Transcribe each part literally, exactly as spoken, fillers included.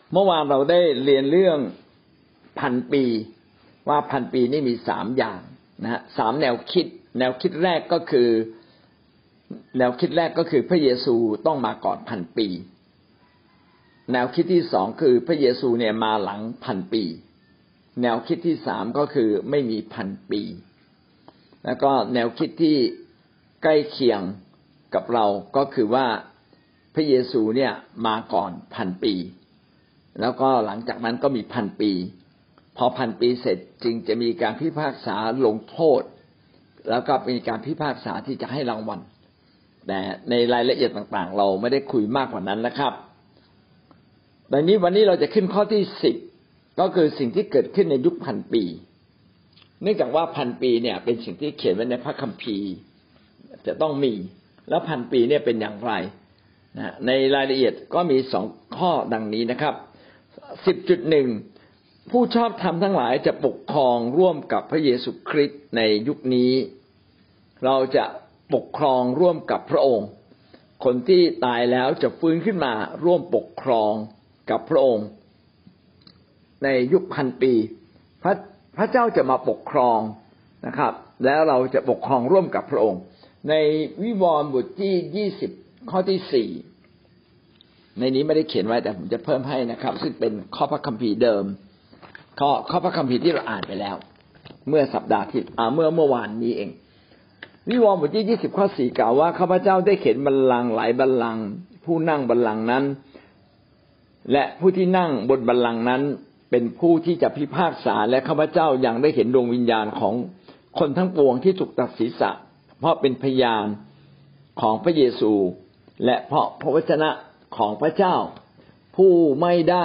เมื่อวานเราได้เรียนเรื่องพันปีว่าพันปีนี่มีสามอย่างนะฮะสามแนวคิดแนวคิดแรกก็คือแนวคิดแรกก็คือพระเยซูต้องมาก่อนพันปีแนวคิดที่สองคือพระเยซูเนี่ยมาหลังพันปีแนวคิดที่สามก็คือไม่มีพันปีแล้วก็แนวคิดที่ใกล้เคียงกับเราก็คือว่าพระเยซูเนี่ยมาก่อนพันปีแล้วก็หลังจากนั้นก็มีพันปีพอพันปีเสร็จจึงจะมีการพิพากษาลงโทษแล้วก็มีการพิพากษาที่จะให้รางวัลแต่ในรายละเอียดต่างๆเราไม่ได้คุยมากกว่านั้นนะครับดังนี้วันนี้เราจะขึ้นข้อที่สิบก็คือสิ่งที่เกิดขึ้นในยุคพันปีเนื่องจากว่าพันปีเนี่ยเป็นสิ่งที่เขียนไว้ในพระคัมภีร์จะต้องมีแล้วพันปีเนี่ยเป็นอย่างไรนะในรายละเอียดก็มีสองข้อดังนี้นะครับ สิบจุดหนึ่ง ผู้ชอบธรรมทั้งหลายจะปกครองร่วมกับพระเยซูคริสต์ในยุคนี้เราจะปกครองร่วมกับพระองค์คนที่ตายแล้วจะฟื้นขึ้นมาร่วมปกครองกับพระองค์ในยุคพันปีพระพระเจ้าจะมาปกครองนะครับแล้วเราจะปกครองร่วมกับพระองค์ในวิวรณ์บทที่ยี่สิบข้อที่สี่ในนี้ไม่ได้เขียนไว้แต่ผมจะเพิ่มให้นะครับซึ่งเป็นข้อพระคัมภีร์เดิมข้อข้อพระคัมภีร์ที่เราอ่านไปแล้วเมื่อสัปดาห์ที่อ่าเมื่อเมื่อวานนี้เองวิวรณ์บทที่ยี่สิบข้อสี่กล่าวว่าข้าพเจ้าได้เห็นบัลลังก์หลายบัลลังก์ผู้นั่งบัลลังก์นั้นและผู้ที่นั่งบนบัลลังก์นั้นเป็นผู้ที่จะพิพากษาและข้าพเจ้ายังได้เห็นดวงวิญญาณของคนทั้งปวงที่ถูกตัดศีรษะเพราะเป็นพยานของพระเยซูและเพราะพระวจนะของพระเจ้าผู้ไม่ได้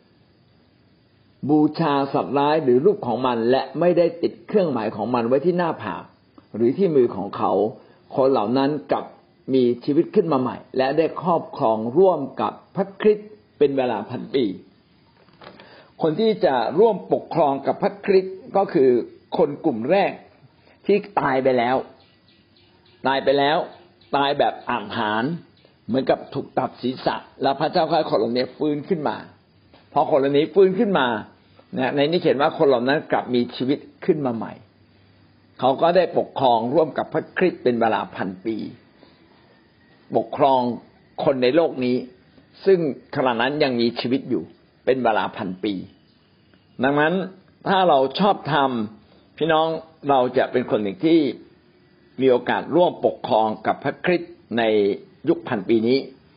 บูชาสัตว์ร้ายหรือรูปของมันและไม่ได้ติดเครื่องหมายของมันไว้ที่หน้าผากหรือที่มือของเขาคนเหล่านั้นกลับมีชีวิตขึ้นมาใหม่และได้ครอบครองร่วมกับพระคริสต์เป็นเวลาพันปีคนที่จะร่วมปกครองกับพระคริสต์ก็คือคนกลุ่มแรกที่ตายไปแล้วตายไปแล้วตายแบบอาถรรพ์เหมือนกับถูกตัดศีรษะแล้วพระเจ้าให้คนเหล่านี้ฟื้นขึ้นมาพอคนเหล่านี้ฟื้นขึ้นมานะในนี้เขียนว่าคนเหล่านั้นกลับมีชีวิตขึ้นมาใหม่เขาก็ได้ปกครองร่วมกับพระคริสต์เป็นเวลาพันปีปกครองคนในโลกนี้ซึ่งขณะนั้นยังมีชีวิตอยู่เป็นเวลาพันปีดังนั้นถ้าเราชอบธรรมพี่น้องเราจะเป็นคนหนึ่งที่มีโอกาสร่วมปกครองกับพระคริสต์ในยุคพันปีนี้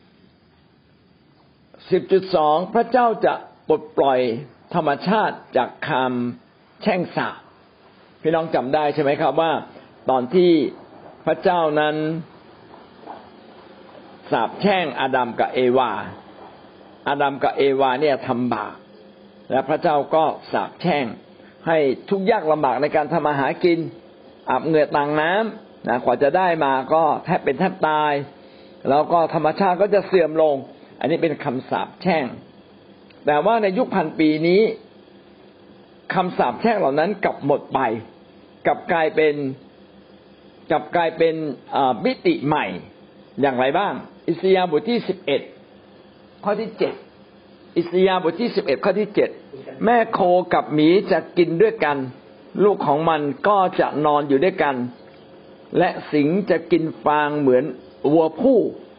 สิบจุดสอง พระเจ้าจะปลดปล่อยธรรมชาติจากคำแช่งสาปพี่น้องจำได้ใช่ไหมครับว่าตอนที่พระเจ้านั้นสาปแช่งอาดัมกับเอวาอาดัมกับเอวาเนี่ยทำบาปและพระเจ้าก็สาปแช่งให้ทุกข์ยากลำบากในการทำมาหากินอาบเหงื่อต่างน้ำนะกว่าจะได้มาก็แทบเป็นแทบตายแล้วก็ธรรมชาติก็จะเสื่อมลงอันนี้เป็นคำสาปแช่งแต่ว่าในยุคพันปีนี้คำสาปแช่งเหล่านั้นกลับหมดไปกลับกลายเป็นกลับกลายเป็นมิติใหม่อย่างไรบ้างอิสยาห์บทที่สิบเอ็ดข้อที่เจ็ดอิสยาห์บทที่สิบเอ็ดข้อที่เจ็ดแม่โคกับหมีจะกินด้วยกันลูกของมันก็จะนอนอยู่ด้วยกันและสิงห์จะกินฟางเหมือนวัวผู้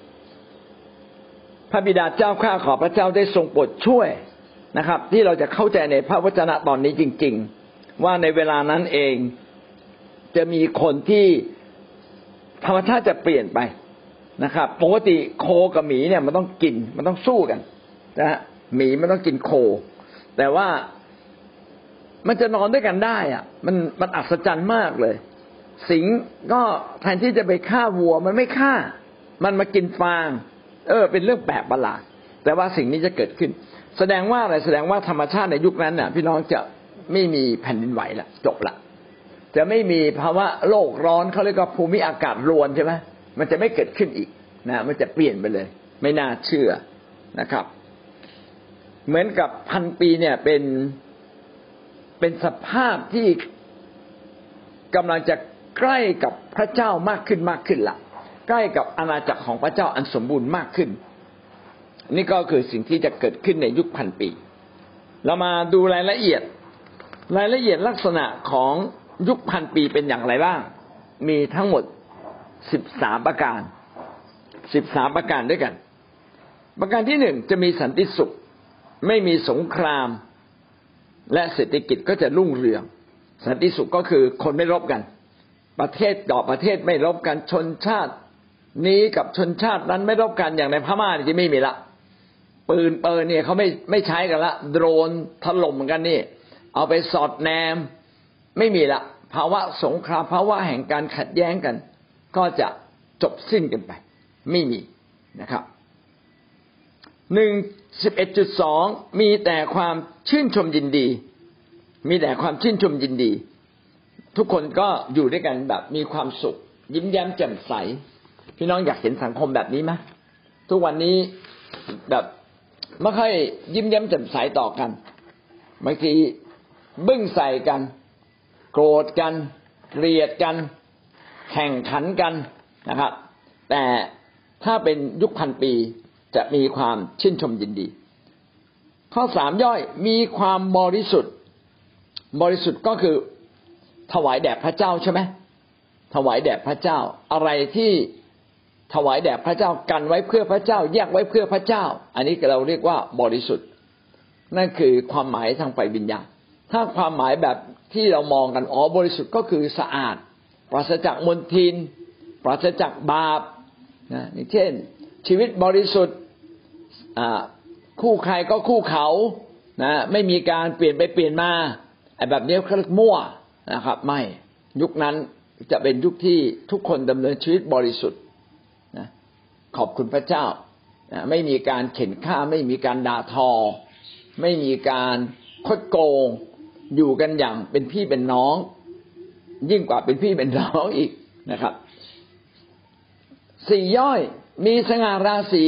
พระบิดาเจ้าข้าขอพระเจ้าได้ทรงโปรดช่วยนะครับที่เราจะเข้าใจในพระวจนะตอนนี้จริงๆว่าในเวลานั้นเองจะมีคนที่ธรรมชาติจะเปลี่ยนไปนะครับปกติโคกับหมีเนี่ยมันต้องกินมันต้องสู้กันนะฮะหมีมันต้องกินโคแต่ว่ามันจะนอนด้วยกันได้อ่ะมันมันอัศจรรย์มากเลยสิงห์ก็แทนที่จะไปฆ่าวัวมันไม่ฆ่ามันมากินฟางเออเป็นเรื่องแปลกประหลาดแต่ว่าสิ่งนี้จะเกิดขึ้นแสดงว่าอะไรแสดงว่าธรรมชาติในยุคนั้นน่ะพี่น้องจะไม่มีแผ่นดินไหวละจบละจะไม่มีภาวะโลกร้อนเขาเรียกว่าภูมิอากาศรวนใช่ไหมมันจะไม่เกิดขึ้นอีกนะมันจะเปลี่ยนไปเลยไม่น่าเชื่อนะครับเหมือนกับพันปีเนี่ยเป็นเป็นสภาพที่กำลังจะใกล้กับพระเจ้ามากขึ้นมากขึ้นละใกล้กับอาณาจักรของพระเจ้าอันสมบูรณ์มากขึ้นนี่ก็คือสิ่งที่จะเกิดขึ้นในยุคพันปีเรามาดูรายละเอียดรายละเอียดลักษณะของยุคพันปีเป็นอย่างไรบ้างมีทั้งหมดสิบสามประการสิบสามประการด้วยกันประการที่หนึ่งจะมีสันติสุขไม่มีสงครามและเศรษฐกิจก็จะรุ่งเรืองสันติสุขก็คือคนไม่รบกันประเทศต่อประเทศไม่รบกันชนชาตินี้กับชนชาตินั้นไม่รบกันอย่างในพม่านี่จะไม่มีละปืนเปินเนี่ยเขาไม่ไม่ใช้กันละโดรนถล่มกันนี่เอาไปสอดแนมไม่มีละภาวะสงครามภาวะแห่งการขัดแย้งกันก็จะจบสิ้นกันไปไม่มีนะครับหนึ่งสิบเอ็ดจุดสองมีแต่ความชื่นชมยินดีมีแต่ความชื่นชมยินดีทุกคนก็อยู่ด้วยกันแบบมีความสุขยิ้มแย้มแจ่มใสพี่น้องอยากเห็นสังคมแบบนี้ไหมทุกวันนี้แบบไม่ค่อยยิ้มแย้มแจ่มใสต่อกันบางทีบึ้งใส่กันโกรธกันเกลียดกันแข่งขันกันนะครับแต่ถ้าเป็นยุคพันปีจะมีความชื่นชมยินดีข้อสามย่อยมีความบริสุทธิ์บริสุทธิ์ก็คือถวายแด่พระเจ้าใช่ไหมถวายแด่พระเจ้าอะไรที่ถวายแด่พระเจ้ากันไว้เพื่อพระเจ้าแยกไว้เพื่อพระเจ้าอันนี้เราเรียกว่าบริสุทธิ์นั่นคือความหมายทางฝ่ายวิญญาณถ้าความหมายแบบที่เรามองกันอ๋อบริสุทธิ์ก็คือสะอาดปราศจากมลทินปราศจากบาปนะอย่างเช่นชีวิตบริสุทธิ์คู่ใครก็คู่เขานะไม่มีการเปลี่ยนไปเปลี่ยนมาไอ้แบบนี้เขาเรียกมั่วนะครับไม่ยุคนั้นจะเป็นยุคที่ทุกคนดำเนินชีวิตบริสุทธิ์นะขอบคุณพระเจ้านะไม่มีการเข็นฆ่าไม่มีการด่าทอไม่มีการคดโกงอยู่กันอย่างเป็นพี่เป็นน้องยิ่งกว่าเป็นพี่เป็นน้องอีกนะครับสี่ย่อยมีสง่าราศี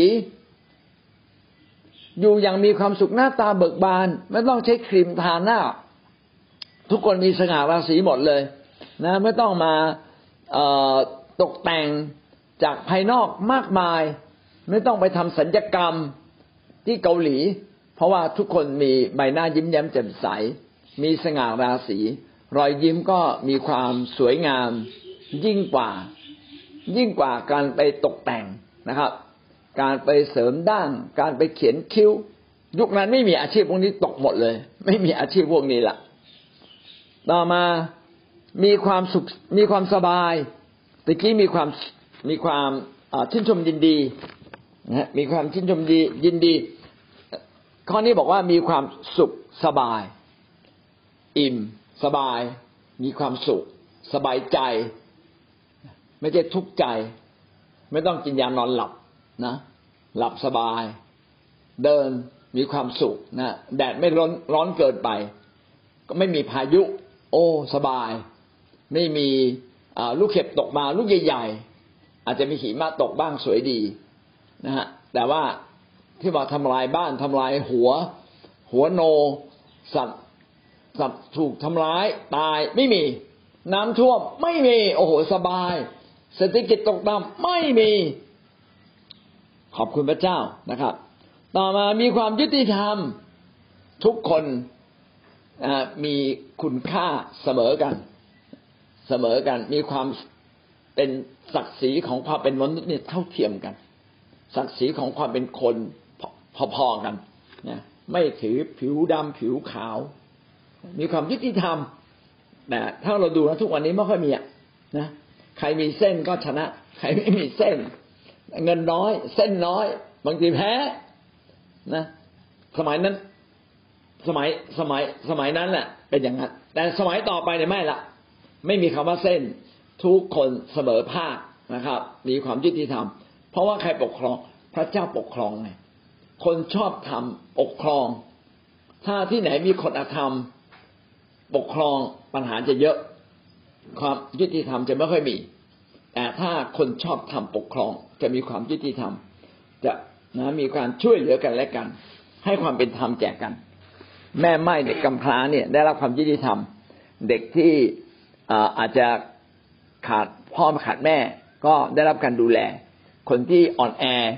อยู่อย่างมีความสุขหน้าตาเบิกบานไม่ต้องใช้ครีมทาหน้าทุกคนมีสง่าราศีหมดเลยนะไม่ต้องมาเอ่อตกแต่งจากภายนอกมากมายไม่ต้องไปทำศัลยกรรมที่เกาหลีเพราะว่าทุกคนมีใบหน้ายิ้มแย้มแจ่มใสมีสง่าราศีรอยยิ้มก็มีความสวยงามยิ่งกว่ายิ่งกว่าการไปตกแต่งนะครับการไปเสริมด้านการไปเขียนคิ้วยุคนั้นไม่มีอาชีพพวกนี้ตกหมดเลยไม่มีอาชีพพวกนี้ละต่อมามีความสุขมีความสบายตะกี้มีความมีความชื่นชมยินดีนะมีความชื่นชมยินดีข้อนี้บอกว่ามีความสุขสบายอิ่มสบายมีความสุขสบายใจไม่ใช่ทุกข์ใจไม่ต้องกินยานอนหลับนะหลับสบายเดินมีความสุขนะแดดไม่ร้อนร้อนเกินไปก็ไม่มีพายุโอ้สบายไม่มีลูกเห็บตกมาลูกใหญ่ๆอาจจะมีหิมะตกบ้างสวยดีนะฮะแต่ว่าที่ว่าทำลายบ้านทำลายหัวหัวโนสัตว์สัตว์ถูกทำร้ายตายไม่มีน้ำท่วมไม่มีโอ้โหสบายเศรษฐกิจตกต่ำไม่มีขอบคุณพระเจ้านะครับต่อมามีความยุติธรรมทุกคนมีคุณค่าเสมอกันเสมอกันมีความเป็นศักดิ์ศรีของความเป็นมนุษย์เนี่ยเท่าเทียมกันศักดิ์ศรีของความเป็นคนพอๆกันนะไม่ถือผิวดำผิวขาวมีความยุติธรรมแต่ถ้าเราดูนะทุกวันนี้ไม่ค่อยมีอ่ะนะใครมีเส้นก็ชนะใครไม่มีเส้นเงินน้อยเส้นน้อยบางทีแพ้นะสมัยนั้นสมัยสมัยสมัยนั้นแหละเป็นอย่างนั้นแต่สมัยต่อไปเนี่ยไม่ละไม่มีคำว่าเส้นทุกคนเสมอภาคนะครับมีความยุติธรรมเพราะว่าใครปกครองพระเจ้าปกครองไงคนชอบธรรมปกครองถ้าที่ไหนมีคนอธรรมปกครองปัญหาจะเยอะความยุติธรรมจะไม่ค่อยมีแต่ถ้าคนชอบธรรมปกครองจะมีความยุติธรรมจะนะมีการช่วยเหลือกันและกันให้ความเป็นธรรมแก่กันแม่ไม้เด็กกำพร้าเนี่ยได้รับความยุติธรรมเด็กที่อาจจะขาดพ่อขาดแม่ก็ได้รับการดูแลคนที่อ่อนแอ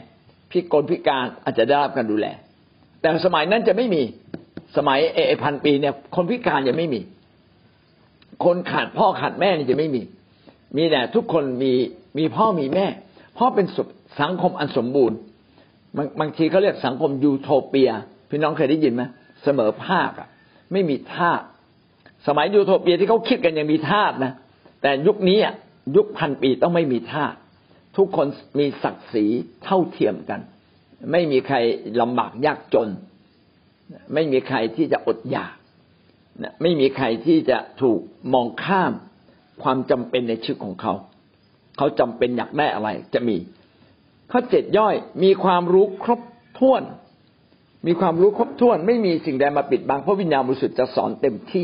พิกลพิการอาจจะได้รับการดูแลแต่สมัยนั้นจะไม่มีสมัยเอพันปีเนี่ยคนพิการยังไม่มีคนขาดพ่อขาดแม่นี่จะไม่มีมีแต่ทุกคนมีมีพ่อมีแม่เพราะเป็นสังคมอันสมบูรณ์บางบางทีเขาเรียกสังคมยูโทเปียพี่น้องเคยได้ยินไหมเสมอภาคอ่ะไม่มีทาสสมัยยูโทเปียที่เขาคิดกันยังมีทาสนะแต่ยุคนี้อ่ะยุคพันปีต้องไม่มีทาสทุกคนมีศักดิ์ศรีเท่าเทียมกันไม่มีใครลำบากยากจนไม่มีใครที่จะอดอยากไม่มีใครที่จะถูกมองข้ามความจำเป็นในชีวิตของเขาเขาจำเป็นอยากได้อะไรจะมีข้อเจ็ดย่อยมีความรู้ครบถ้วนมีความรู้ครบถ้วนไม่มีสิ่งใดมาปิดบังเพราะวิญญาณบริสุทธิ์จะสอนเต็มที่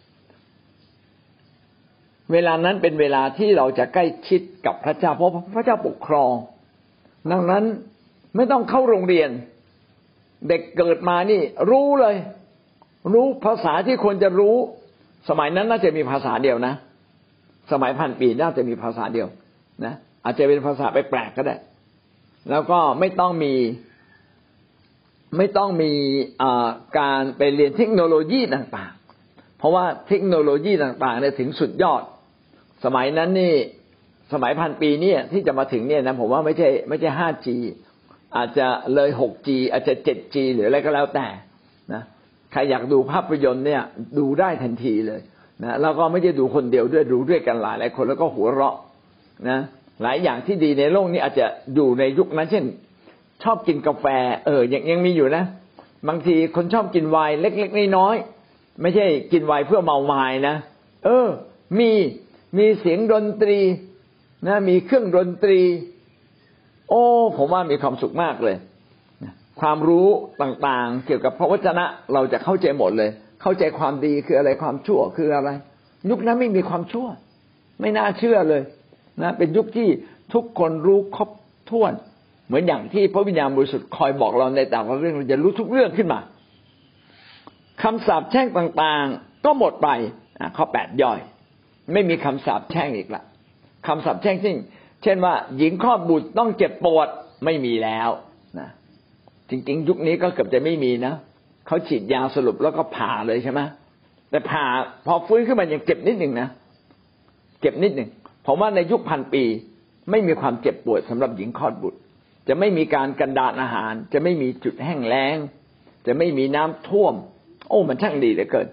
เวลานั้นเป็นเวลาที่เราจะใกล้ชิดกับพระเจ้าเพราะพระเจ้าปกครองดังนั้นไม่ต้องเข้าโรงเรียนเด็กเกิดมานี่รู้เลยรู้ภาษาที่ควรจะรู้สมัยนั้นน่าจะมีภาษาเดียวนะสมัยพันปีน่าจะมีภาษาเดียวนะอาจจะเป็นภาษาแปลกๆก็ได้แล้วก็ไม่ต้องมีไม่ต้องมีการไปเรียนเทคโนโลยีต่างๆเพราะว่าเทคโนโลยีต่างๆเนี่ยถึงสุดยอดสมัยนั้นนี่สมัยพันปีเนี่ยที่จะมาถึงเนี่ยนะผมว่าไม่ใช่ไม่ใช่ ห้าจี อาจจะเลย หกจี อาจจะ เจ็ดจี หรืออะไรก็แล้วแต่นะใครอยากดูภาพยนตร์เนี่ยดูได้ทันทีเลยนะแล้วก็ไม่ใช่ดูคนเดียวด้วยดูด้วยกันหลายหลายคนแล้วก็หัวเราะนะหลายอย่างที่ดีในโลกนี้อาจจะอยู่ในยุคนั้นเช่นชอบกินกาแฟเออยังยังมีอยู่นะบางทีคนชอบกินไวน์เล็กๆน้อยๆไม่ใช่กินไวน์เพื่อเมาไวน์นะเออมีมีเสียงดนตรีนะมีเครื่องดนตรีโอ้ผมว่ามีความสุขมากเลยความรู้ต่างๆเกี่ยวกับพระวจนะเราจะเข้าใจหมดเลยเข้าใจความดีคืออะไรความชั่วคืออะไรยุคนั้นไม่มีความชั่วไม่น่าเชื่อเลยนะเป็นยุคที่ทุกคนรู้ครบถ้วนเหมือนอย่างที่พระวิญญาณบริสุทธิ์คอยบอกเราในแต่ละเรื่องเราจะรู้ทุกเรื่องขึ้นมาคำสาปแช่งต่างๆก็หมดไปข้อแปดย่อยไม่มีคำสาปแช่งอีกละคำสาปแช่งเช่นเช่นว่าหญิงคลอดบุตรต้องเจ็บปวดไม่มีแล้วนะจริงๆยุคนี้ก็เกือบจะไม่มีนะเขาฉีดยาสรุปแล้วก็ผ่าเลยใช่ไหมแต่ผ่าพอฟื้นขึ้นมายังเจ็บนิดหนึ่งนะเจ็บนิดหนึ่งผมว่าในยุคพันปีไม่มีความเจ็บปวดสำหรับหญิงคลอดบุตรจะไม่มีการกันดารอาหารจะไม่มีจุดแห้งแล้งจะไม่มีน้ำท่วมโอ้มันช่างดีเหลือเกิน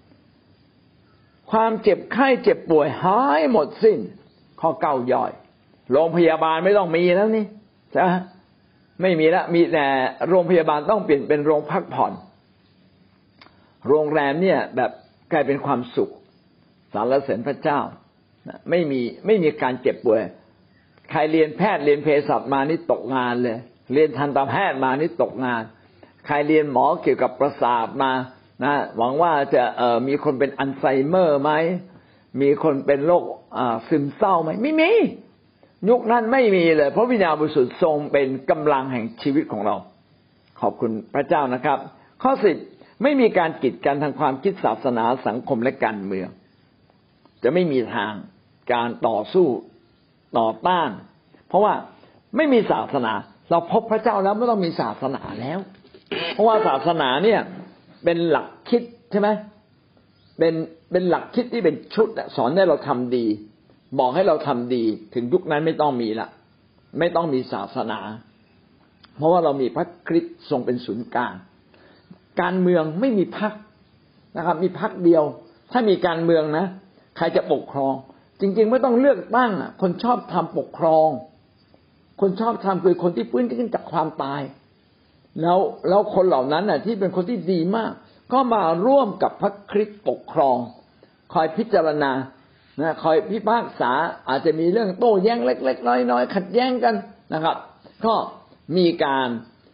ความเจ็บไข้เจ็บป่วยหายหมดสิ้นข้อเก้าย่อยโรงพยาบาลไม่ต้องมีแล้วนี่ใช่ไหมไม่มีแล้วมีแต่โรงพยาบาลต้องเปลี่ยนเป็นโรงพักผ่อนโรงแรมเนี่ยแบบกลายเป็นความสุขสรรเสริญพระเจ้าไม่มีไม่มีการเจ็บป่วยใครเรียนแพทย์เรียนเภสัชมานี่ตกงานเลยเรียนทันตแพทย์มานี่ตกงานใครเรียนหมอเกี่ยวกับประสาทมานะหวังว่าจะเอ่อมีคนเป็นอัลไซเมอร์ไหมมีคนเป็นโรคอ่าซึมเศร้าไหมไม่มียุคนั้นไม่มีเลยเพราะวิญญาณบริสุทธิ์ทรงเป็นกำลังแห่งชีวิตของเราขอบคุณพระเจ้านะครับข้อสิบไม่มีการกีดกันทางความคิดศาสนาสังคมและการเมืองจะไม่มีทางการต่อสู้ต่อต้านเพราะว่าไม่มีศาสนาเราพบพระเจ้าแล้วไม่ต้องมีศาสนาแล้วเพราะว่าศาสนาเนี่ยเป็นหลักคิดใช่ไหมเป็นเป็นหลักคิดที่เป็นชุดสอนให้เราทำดีบอกให้เราทำดีถึงยุคนั้นไม่ต้องมีละไม่ต้องมีศาสนาเพราะว่าเรามีพระคริสต์ทรงเป็นศูนย์กลางการเมืองไม่มีพรรคนะครับมีพรรคเดียวถ้ามีการเมืองนะใครจะปกครองจริงๆไม่ต้องเลือกตั้งอ่ะคนชอบทำปกครองคนชอบทำคือคนที่ฟื้นขึ้นจากความตายแล้วแล้วคนเหล่านั้นน่ะที่เป็นคนที่ดีมากก็มาร่วมกับพระคริสต์ปกครองคอยพิจารณานะคอยพิพากษาอาจจะมีเรื่องโต้แย้งเล็กๆน้อยๆขัดแย้งกันนะครับก็มีการ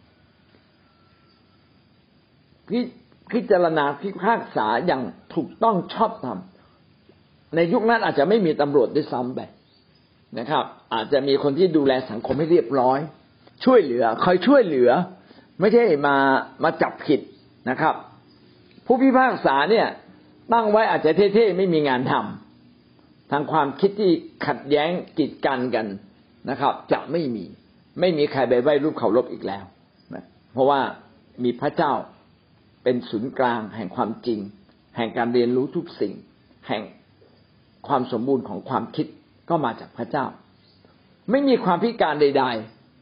พิจารณาพิพากษาอย่างถูกต้องชอบธรรมในยุคนั้นอาจจะไม่มีตำรวจด้วยซ้ำไปนะครับอาจจะมีคนที่ดูแลสังคมให้เรียบร้อยช่วยเหลือคอยช่วยเหลือไม่ใช่มามาจับผิดนะครับผู้พิพากษาเนี่ยตั้งไว้อาจจะเท่ๆไม่มีงานทำทางความคิดที่ขัดแย้งกีดกันกันนะครับจะไม่มีไม่มีใครไปไหว้รูปเคารพอีกแล้วนะเพราะว่ามีพระเจ้าเป็นศูนย์กลางแห่งความจริงแห่งการเรียนรู้ทุกสิ่งแห่งความสมบูรณ์ของความคิดก็มาจากพระเจ้าไม่มีความพิการใด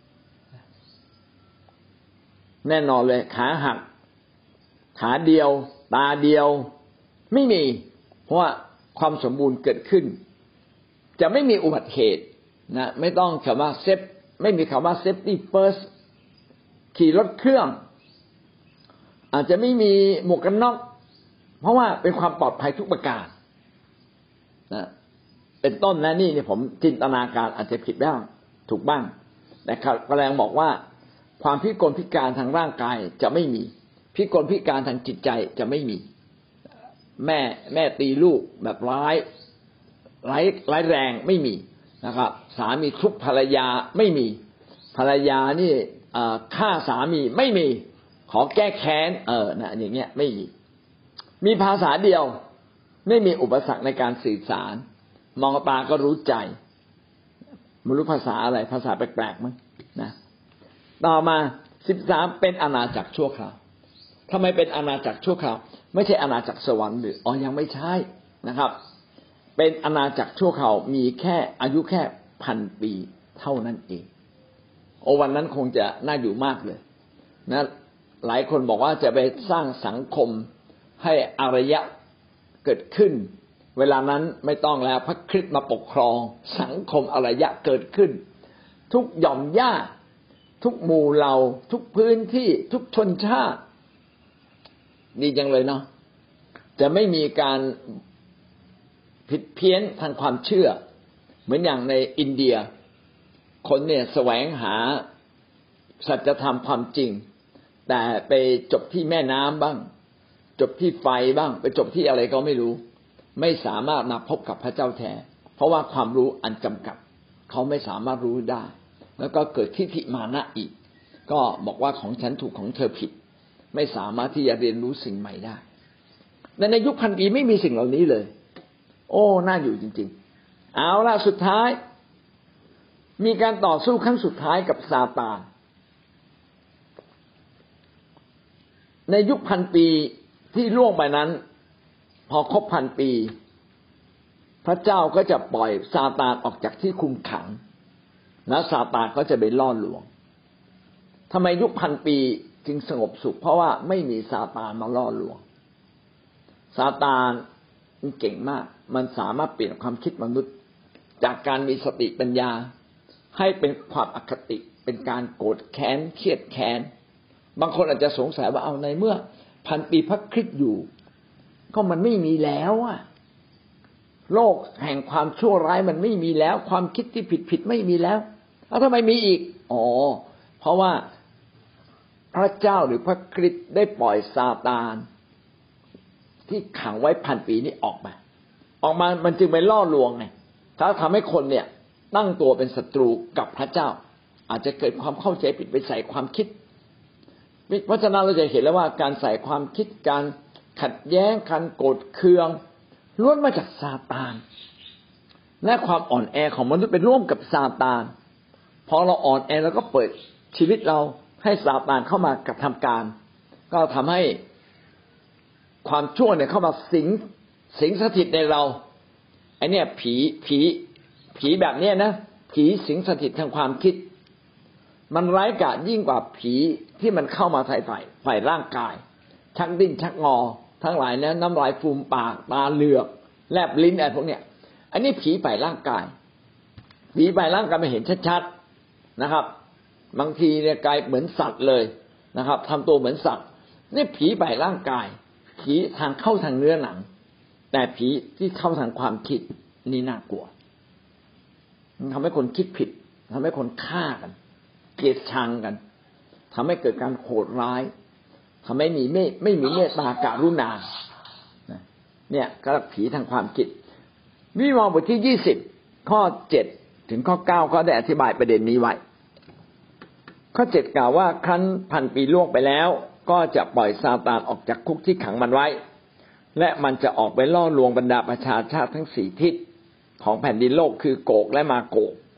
ๆแน่นอนเลยขาหักขาเดียวตาเดียวไม่มีเพราะว่าความสมบูรณ์เกิดขึ้นจะไม่มีอุบัติเหตุนะไม่ต้องคำว่าเซฟไม่มีคำว่า safety first ขี่รถเครื่องอาจจะไม่มีหมวกกันน็อกเพราะว่าเป็นความปลอดภัยทุกประการนะเป็นต้นนะนี่เนี่ยผมจินตนาการอาจจะผิดบ้างถูกบ้างแต่กำลังบอกว่าความพิกลพิการทางร่างกายจะไม่มีพิกลพิการทางจิตใจจะไม่มีแม่แม่ตีลูกแบบร้ายร้ายร้ายแรงไม่มีนะครับสามีทุบภรรยาไม่มีภรรยานี่ฆ่าสามีไม่มีขอแก้แค้นเออนะอย่างเงี้ยไม่มีมีภาษาเดียวไม่มีอุปสรรคในการสื่อสารมองตาก็รู้ใจไม่รู้ภาษาอะไรภาษาแปลกๆมั้งนะต่อมาสิบสามเป็นอาณาจักรชั่วคราวทำไมเป็นอาณาจักรชั่วคราวไม่ใช่อาณาจักรสวรรค์หรืออ๋อยังไม่ใช่นะครับเป็นอาณาจักรชั่วคราวมีแค่อายุแค่พันปีเท่านั้นเองโอ้วันนั้นคงจะน่าอยู่มากเลยนะหลายคนบอกว่าจะไปสร้างสังคมให้อารยะเกิดขึ้นเวลานั้นไม่ต้องแล้วพระคริสต์มาปกครองสังคมอารยะเกิดขึ้นทุกหย่อมย่าทุกหมู่เหล่าทุกพื้นที่ทุกชนชาติดีจังเลยเนาะจะไม่มีการผิดเพี้ยนทางความเชื่อเหมือนอย่างในอินเดียคนเนี่ยแสวงหาสัจธรรมความจริงแต่ไปจบที่แม่น้ำบ้างจบที่ไฟบ้างไปจบที่อะไรก็ไม่รู้ไม่สามารถมาพบกับพระเจ้าแท้เพราะว่าความรู้อันจำกัดเขาไม่สามารถรู้ได้แล้วก็เกิดทิฏฐิมานะอีกก็บอกว่าของฉันถูกของเธอผิดไม่สามารถที่จะเรียนรู้สิ่งใหม่ได้แต่ในยุคพันปีไม่มีสิ่งเหล่านี้เลยโอ้น่าอยู่จริงๆเอาล่ะสุดท้ายมีการต่อสู้ครั้งสุดท้ายกับซาตานในยุคพันปีที่ล่วงไปนั้นพอครบพันปีพระเจ้าก็จะปล่อยซาตานออกจากที่คุมขังแล้วซาตานก็จะไปล่อลวงทำไมยุคพันปีจึงสงบสุขเพราะว่าไม่มีซาตานมาล่อลวงซาตานมันเก่งมากมันสามารถเปลี่ยนความคิดมนุษย์จากการมีสติปัญญาให้เป็นความอคติเป็นการโกรธแค้นเครียดแค้นบางคนอาจจะสงสัยว่าเอาในเมื่อพันปีพระคริสต์อยู่ก็มันไม่มีแล้วอะโลกแห่งความชั่วร้ายมันไม่มีแล้วความคิดที่ผิดๆไม่มีแล้วแล้วทำไมมีอีกอ๋อเพราะว่าพระเจ้าหรือพระคริสต์ได้ปล่อยซาตานที่ขังไว้พันปีนี้ออกมาออกมามันจึงไปล่อลวงไงถ้าทำให้คนเนี่ยตั้งตัวเป็นศัตรูกับพระเจ้าอาจจะเกิดความเข้าใจผิดไปใส่ความคิดเพราะฉะนั้นเราจะเห็นแล้วว่าการใส่ความคิดการขัดแย้งการโกรธเคืองล้วนมาจากซาตานและความอ่อนแอของมนุษย์เป็นร่วมกับซาตานพอเราอ่อนแอเราก็เปิดชีวิตเราให้ซาตานเข้ามากระทำการก็ทำให้ความชั่วเนี่ยเข้ามาสิงสิงสถิตในเราไอ้เนี่ยผีผีผีแบบเนี้ยนะผีสิงสถิตทางความคิดมันร้ายกาจยิ่งกว่าผีที่มันเข้ามาถ่ายฝ่ายฝ่ายร่างกายชักดิ้นชักงอทั้งหลายนะน้ำลายฟูมปากตาเหลือกแลบลิ้นอะไรพวกเนี้ยอันนี้ผีฝ่ายร่างกายผีฝ่ายร่างกายไม่เห็นชัดๆนะครับบางทีเนี่ยกลายเหมือนสัตว์เลยนะครับทำตัวเหมือนสัตว์นี่ผีฝ่ายร่างกายผีทางเข้าทางเนื้อหนังแต่ผีที่เข้าทางความคิดนี่น่ากลัวมันทำให้คนคิดผิดทำให้คนฆ่ากันเกลียดชังกันทำให้เกิดการโหดร้ายทำให้มีไม่ไม่มีเมตตากรุณาเนี่ยก็ผีทางความคิดวิวรณ์บทที่ยี่สิบข้อเจ็ดถึงข้อเก้าก็ได้อธิบายประเด็นนี้ไว้ข้อเจ็ดกล่าวว่าครั้นพันปีล่วงไปแล้วก็จะปล่อยซาตานออกจากคุกที่ขังมันไว้และมันจะออกไปล่อลวงบรรดาประชาชาติทั้งสี่ทิศของแผ่นดินโลกคือโกกและมาโกก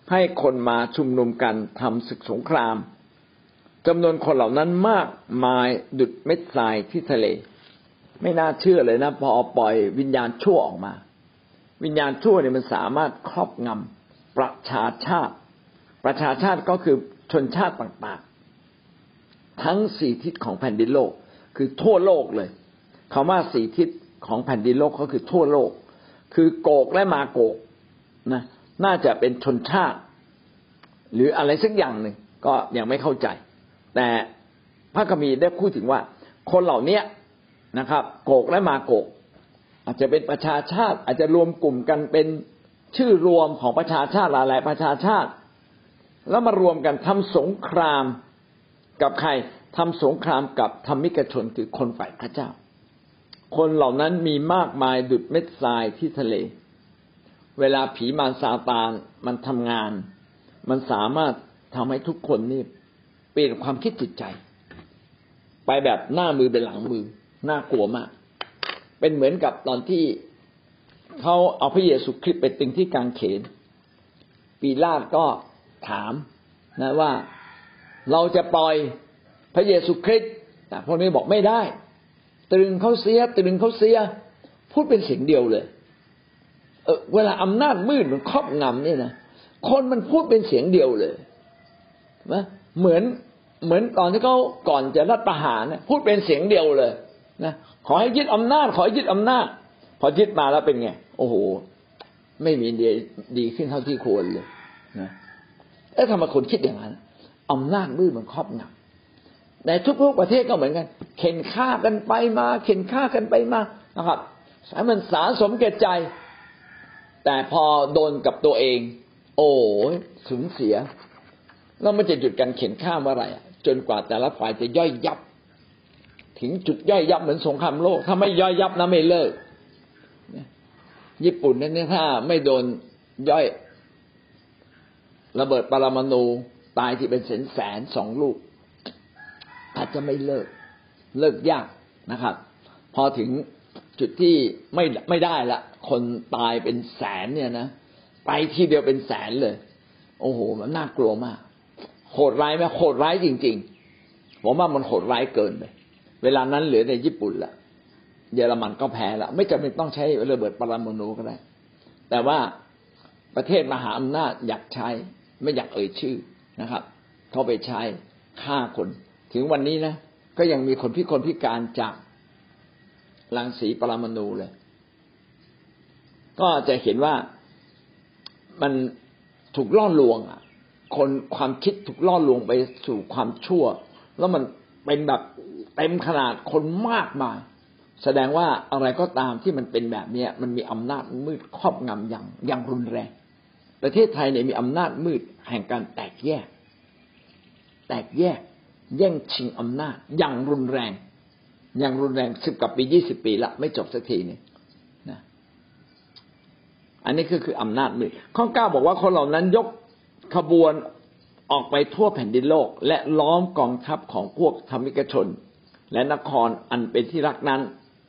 ให้คนมาชุมนุมกันทำศึกสงครามจำนวนคนเหล่านั้นมากมายดุจเม็ดทรายที่ทะเลไม่น่าเชื่อเลยนะพอปล่อยวิญญาณชั่วออกมาวิญญาณชั่วเนี่ยมันสามารถครอบงำประชาชาติประชาชาติก็คือชนชาติต่างๆทั้งสี่ทิศของแผ่นดินโลกคือทั่วโลกเลยคำว่าสี่ทิศของแผ่นดินโลกก็คือทั่วโลกคือโกกและมาโกกนะน่าจะเป็นชนชาติหรืออะไรสักอย่างหนึ่งก็ยังไม่เข้าใจแต่พระคัมภีร์ได้พูดถึงว่าคนเหล่านี้นะครับโกกและมาโกกอาจจะเป็นประชาชาติอาจจะรวมกลุ่มกันเป็นชื่อรวมของประชาชาติหลายๆประชาชาติแล้วมารวมกันทำสงครามกับใครทำสงครามกับธรรมิกชนคือคนฝ่ายพระเจ้าคนเหล่านั้นมีมากมายดุจเม็ดทรายที่ทะเลเวลาผีมารซาตานมันทำงานมันสามารถทำให้ทุกคนนี่เปลี่ยนความคิดจิตใจไปแบบหน้ามือเป็นหลังมือน่ากลัวมากเป็นเหมือนกับตอนที่เขาเอาพระเยซูคริสต์ไปตึงที่กางเขนปีลาตก็ถามนะว่าเราจะปล่อยพระเยซูคริสต์แต่พวกนี้บอกไม่ได้ตรึงเขาเสียตรึงเขาเสียพูดเป็นเสียงเดียวเลยเออเวลาอำนาจมืดมันครอบงำเนี่ยนะคนมันพูดเป็นเสียงเดียวเลยนะเหมือนเหมือนตอนที่เขาก่อนจะรัฐประหารนะพูดเป็นเสียงเดียวเลยนะขอให้ยึดอำนาจขอให้ยึดอำนาจพอยึดมาแล้วเป็นไงโอ้โหไม่มีดีดีขึ้นเท่าที่ควรเลยนะเอ๊ะทำไมคนคิดอย่างนั้นอำนาจมืดมันครอบงำในทุกๆประเทศก็เหมือนกันเข็นฆ่ากันไปมาเข็นฆ่ากันไปมานะครับให้มันสะสมแก่ใจแต่พอโดนกับตัวเองโอ้สูญเสียแล้วมันจะหยุดการเข็นฆ่าเมื่อไหร่จนกว่าแต่ละฝ่ายจะย่อยยับถึงจุดย่อยยับเหมือนสงครามโลกถ้าไม่ย่อยยับนะไม่เลิกญี่ปุ่นเนี่ยถ้าไม่โดนย่อยระเบิดปรมาณูตายที่เป็นแสนแสนสองลูกอาจจะไม่เลิกเลิกยากนะครับพอถึงจุดที่ไม่ไม่ได้ละคนตายเป็นแสนเนี่ยนะไปทีเดียวเป็นแสนเลยโอ้โหมันน่ากลัวมากโหดร้ายไหมโหดร้ายจริงๆผมว่ามันโหดร้ายเกินไปเวลานั้นเหลือในญี่ปุ่นละเยอรมันก็แพ้ละไม่จำเป็นต้องใช้ระเบิดปรมาณูก็ได้แต่ว่าประเทศมหาอำนาจอยากใช้ไม่อยากเอ่ยชื่อนะครับเขาไปใช้ฆ่าคนถึงวันนี้นะก็ยังมีคนพิกลพิการจากรังสีปรมาณูเลยก็จะเห็นว่ามันถูกล่อลวงอ่ะคนความคิดถูกล่อลวงไปสู่ความชั่วแล้วมันเป็นแบบเต็มขนาดคนมากมายแสดงว่าอะไรก็ตามที่มันเป็นแบบนี้มันมีอำนาจมืดครอบงำอย่างอย่างรุนแรงประเทศไทยเนี่ยมีอำนาจมืดแห่งการแตกแยกแตกแยกแย่งชิงอำนาจอย่างรุนแรงอย่างรุนแรงสิบกว่าปียี่สิบปีละไม่จบสักทีนึงนะอันนี้คือคืออำนาจมืดข้อเก้าบอกว่าคนเหล่านั้นยกขบวนออกไปทั่วแผ่นดินโลกและล้อมกองทัพของพวกธรรมิกชนและนครอันเป็นที่รักนั้น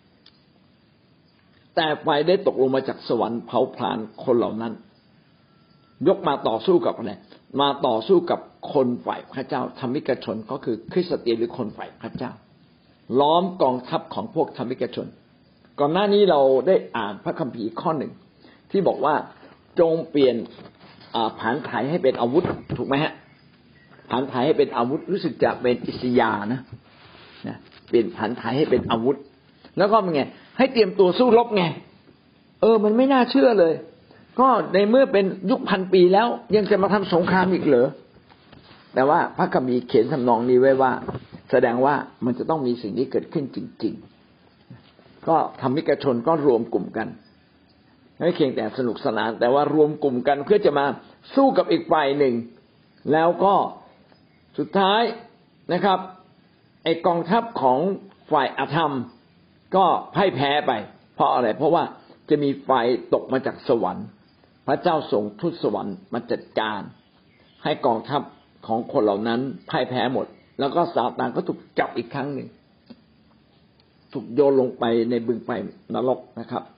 แต่ไฟได้ตกลงมาจากสวรรค์เผาผลาญคนเหล่านั้นยกมาต่อสู้กับอะไรมาต่อสู้กับคนฝ่ายพระเจ้าธรรมิกชนก็คือคริสเตียนหรือคนฝ่ายพระเจ้าล้อมกองทัพของพวกธรรมิกชนก่อนหน้านี้เราได้อ่านพระคัมภีร์ข้อหนึ่งที่บอกว่าจงเปลี่ยนผานไถให้เป็นอาวุธถูกไหมฮะผานไถให้เป็นอาวุธรู้สึกจะเป็นอิสยาห์นะนะเปลี่ยนผานไถให้เป็นอาวุธแล้วก็เป็นไงให้เตรียมตัวสู้รบไงเออมันไม่น่าเชื่อเลยก็ในเมื่อเป็นยุคพันปีแล้วยังจะมาทำสงครามอีกเหรอแต่ว่าพระคัมภีร์เขียนทำนองนี้ไว้ว่าแสดงว่ามันจะต้องมีสิ่งนี้เกิดขึ้นจริงๆก็ธรรมิกชนก็รวมกลุ่มกันไม่เพียงแต่สนุกสนานแต่ว่ารวมกลุ่มกันเพื่อจะมาสู้กับอีกฝ่ายหนึ่งแล้วก็สุดท้ายนะครับไอ้กองทัพของฝ่ายอธรรมก็พ่ายแพ้ไปเพราะอะไรเพราะว่าจะมีไฟตกมาจากสวรรค์พระเจ้าส่งทูตสวรรค์มาจัดการให้กองทัพของคนเหล่านั้นพ่ายแพ้หมดแล้วก็ซาตานก็ถูกจับอีกครั้งหนึ่งถูกโยนลงไปในบึงไฟนรกนะครับ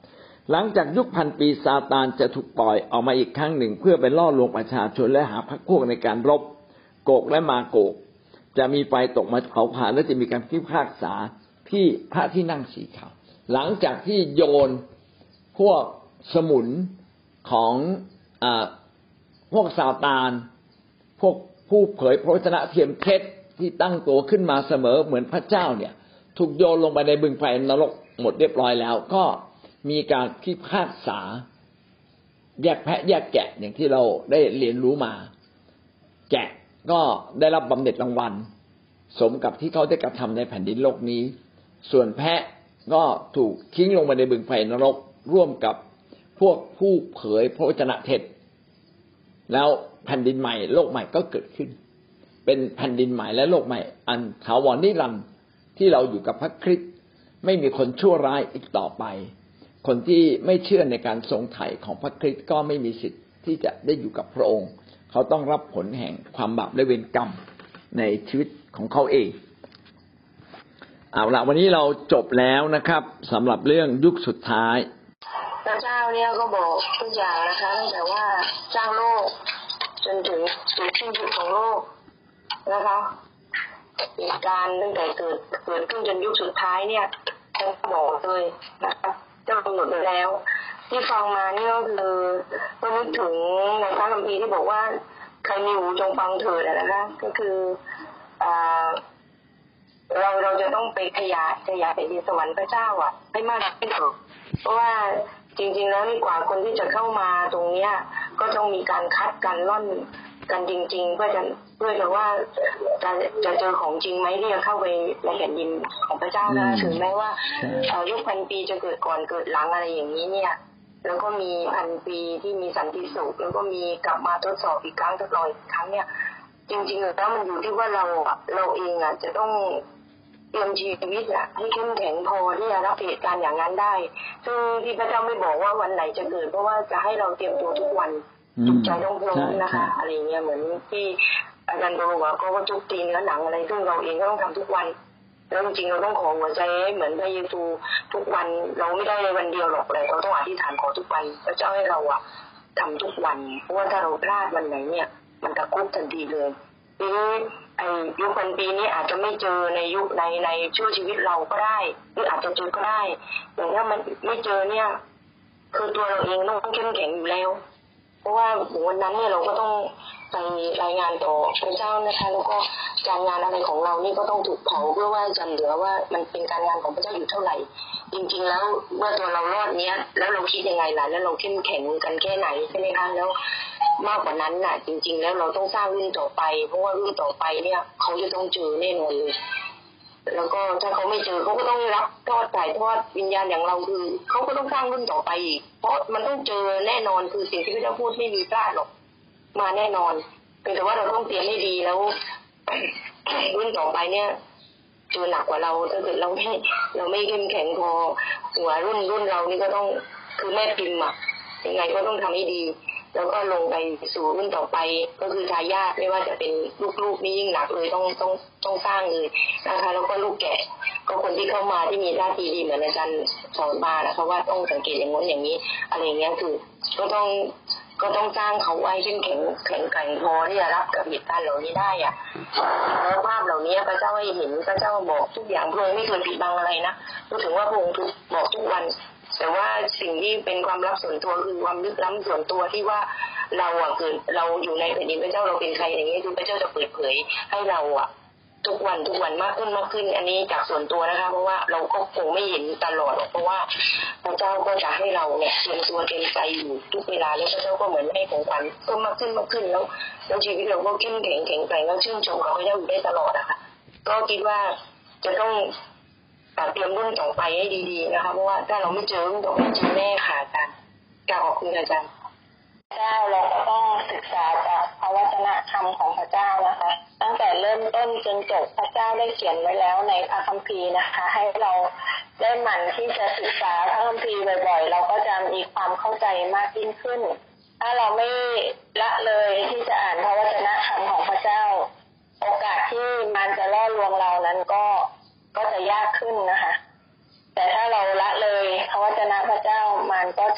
หลังจากยุคพันปีซาตานจะถูกปล่อยออกมาอีกครั้งหนึ่งเพื่อไปล่อลวงประชาชนและหาพรรคพวกในการรบโกกและมาโกกจะมีไฟตกมาเผาผลาญและจะมีการพิพากษาที่พระที่นั่งสีขาวหลังจากที่โยนพวกสมุนของอ่าพวกซาตานพวกผู้เผยพระวจนะเทียมเท็จที่ตั้งตัวขึ้นมาเสมอเหมือนพระเจ้าเนี่ยถูกโยนลงไปในบึงไฟนรกหมดเรียบร้อยแล้วก็มีการพิพากษาแยกแพะแยกแกะอย่างที่เราได้เรียนรู้มาแกะก็ได้รับบำเหน็จรางวัลสมกับที่เขาได้กระทำในแผ่นดินโลกนี้ส่วนแพะก็ถูกทิ้งลงไปในบึงไฟนรกร่วมกับพวกผู้เผยพระวจนะเท็จแล้วแผ่นดินใหม่โลกใหม่ก็เกิดขึ้นเป็นแผ่นดินใหม่และโลกใหม่อันถาวรนิรันดร์ที่เราอยู่กับพระคริสต์ไม่มีคนชั่วร้ายอีกต่อไปคนที่ไม่เชื่อในการทรงไถ่ของพระคริสต์ก็ไม่มีสิทธิ์ที่จะได้อยู่กับพระองค์เขาต้องรับผลแห่งความบาปและเวรกรรมในชีวิตของเขาเองเอาละวันนี้เราจบแล้วนะครับสำหรับเรื่องยุคสุดท้ายพระเจ้าเนี่ยก็บอกทุกอย่างนะคะตั้งแต่ว่าสร้างโลกจนถึงสุดที่สุดของโลกนะคะเหตุการณ์ตั้งแต่เกิดเกิดขึ้นจนยุคสุดท้ายเนี่ยท่านบอกเลยนะคะเจ้ากำหนดไว้แล้วที่ฟังมานี่ก็คือก็นึกถึงในพระคัมภีร์ที่บอกว่าใครมีหูจงฟังเถิดนะคะก็คืออ่าเราเราจะต้องไปขยายขยายไปในสวรรค์พระเจ้าอ่ะให้มากขึ้นเถอะเพราะว่าจริงๆแล้วนี่กว่าคนที่จะเข้ามาตรงเนี้ยก็ต้องมีการคัดกันล่อนกันจริงๆเพื่อจะเพื่อจะว่าจะจะเจอของจริงไหมที่จะเข้าไปในแผ่นดินของพระเจ้านะถึงแม้ว่ายุคพันปีจะเกิดก่อนเกิดหลังอะไรอย่างนี้เนี่ยแล้วก็มีพันปีที่มีสันติสุขแล้วก็มีกลับมาทดสอบอีกครั้งทดลองอีกครั้งเนี่ยจริงๆแล้วมันอยู่ที่ว่าเราเราเองอ่ะจะต้องเตรียมชีวิตอ่ะให้เข้มแข็งพอที่จะรับเหตุการณ์อย่างนั้นได้ซึ่งที่พระเจ้าไม่บอกว่าวันไหนจะเกิดเพราะว่าจะให้เราเตรียมตัวทุกวันจิตใจต้องพร้อมนะคะอะไรเงี้ยเหมือนที่อาจารย์บอกว่าก็ว่าทุกตีเนื้อหนังอะไรซึ่งเราเองก็ต้องทำทุกวันแล้วจริงๆเราต้องขอหัวใจเหมือนพระเยซูทุกวันเราไม่ได้ในวันเดียวหรอกแต่เราต้องอธิษฐานขอทุกวันพระเจ้าให้เราอ่ะทำทุกวันเพราะว่าถ้าเราพลาดวันไหนเนี่ยมันจะกุ๊บทันทีเลยทีนี้ไอ้ยุคพันปีนี้อาจจะไม่เจอในยุคในในช่วงชีวิตเราก็ได้หรืออาจจะเจอก็ได้แต่ถ้ามันไม่เจอเนี่ยคือตัวเราเองต้องเข้มแข็งอยู่แล้วเพราะว่าวันนั้นเนี่ยเราก็ต้องไปรายงานต่อพระเจ้านะคะแล้วก็การงานอะไรของเรานี่ก็ต้องถูกเผาเพื่อว่าจะเหลือว่ามันเป็นการงานของพระเจ้าอยู่เท่าไหร่จริงๆแล้วเมื่อตัวเรารอดเนี้ยแล้วเราคิดยังไงล่ะแล้วเราเข้มแข็งกันแค่ไหนใช่ไหมคะแล้วมากกว่านั้นน่ะจริงๆแล้วเราต้องสร้างรุ่นต่อไปเพราะว่ารุ่นต่อไปเนี่ยเขาจะต้องเจอแน่นอนเลยแล้วก็ถ้าเขาไม่เจอเขาก็ต้องรับทอดถ่ายทอดวิญญาณอย่างเราคือเขาก็ต้องสร้างรุ่นต่อไปอีกเพราะมันต้องเจอแน่นอนคือสิ่งที่พระเจ้าพูดไม่มีพลาดหรอกมาแน่นอนเป็นแต่ว่าเราต้องเตรียมให้ดีแล้วรุ่นต่อไปเนี่ยเจอหนักกว่าเราถ้าเกิดเราไม่เราไม่เข้มแข็งพอหัวรุ่นรุ่นเรานี่ก็ต้องคือแม่พิมพ์อ่ะยังไงก็ต้องทำให้ดีแล้วก็ลงไปสู่รุ่นต่อไปก็คือทายาทไม่ว่าจะเป็นลูกๆนี่ยิ่งหนักเลยต้องต้องต้องสร้างเลยนะคะแล้วก็ลูกแกะก็คนที่เข้ามาที่มีท่าทีดีเหมือนอาจารย์สอนมานะคะว่าต้องสังเกตอย่างง้นอย่างนี้อะไรอย่างเงี้ยคือก็ต้องก็ต้องสร้างเขาไว้เข้มแข็งแข็งแกร่งพอที่จะรับกับเหตุการณ์เหล่านี้ได้อ่ะแล้วภาพเหล่านี้พระเจ้าให้เห็นพระเจ้าบอกทุกอย่างพระองค์ไม่เคยปิดบังอะไรนะพูดถึงว่าพระองค์บอกทุกวันแต่ว่าสิ่งที่เป็นความลับส่วนตัวคือความลึกล้ำส่วนตัวที่ว่าเราอ่ะเกิดเราอยู่ในแผ่นดินพระเจ้าเราเป็นใครอย่างนี้คือพระเจ้าจะเปิดเผยให้เราอ่ะทุกวันทุกวันมากขึ้นมากขึ้นอันนี้จากส่วนตัวนะคะเพราะว่าเราก็คงไม่เห็นตลอดเพราะว่าพระเจ้าก็จะให้เราเนี่ยเตรียมตัวเตรียมใจอยู่ทุกเวลาแล้วพระเจ้าก็เหมือนให้ของขวัญเพิ่มมากขึ้นมากขึ้นแล้วแล้วชีวิตเราก็เข้มแข็งแข็งแกร่งแล้วชื่นชมกับพระเจ้าอยู่ได้ตลอดอะค่ะก็คิดว่าจะต้องเตรียมรุ่นต่อไปให้ดีๆนะคะเพราะว่าถ้าเราไม่เจอรุ่นต่อไปจริงแน่ค่ะอาจารย์กล่าวขอบคุณอาจารย์เจ้าเราก็ต้องศึกษาจากพระวจนะธรรมของพระเจ้านะคะตั้งแต่เริ่มต้นจนจบพระเจ้าได้เขียนไว้แล้วในพระคัมภีร์นะคะให้เราได้หมั่นที่จะศึกษาพระคัมภีร์บ่อยๆเราก็จะมีความเข้าใจมากยิ่งขึ้นถ้าเราไม่ละเลยที่จะอ่านพระวจนะธรรมของพระเจ้าโอกาสที่มันจะล่อลวงเรานั้นก็ก็จะยากขึ้นนะคะแต่ถ้าเราละเลยพระวจนะพระเจ้ามันก็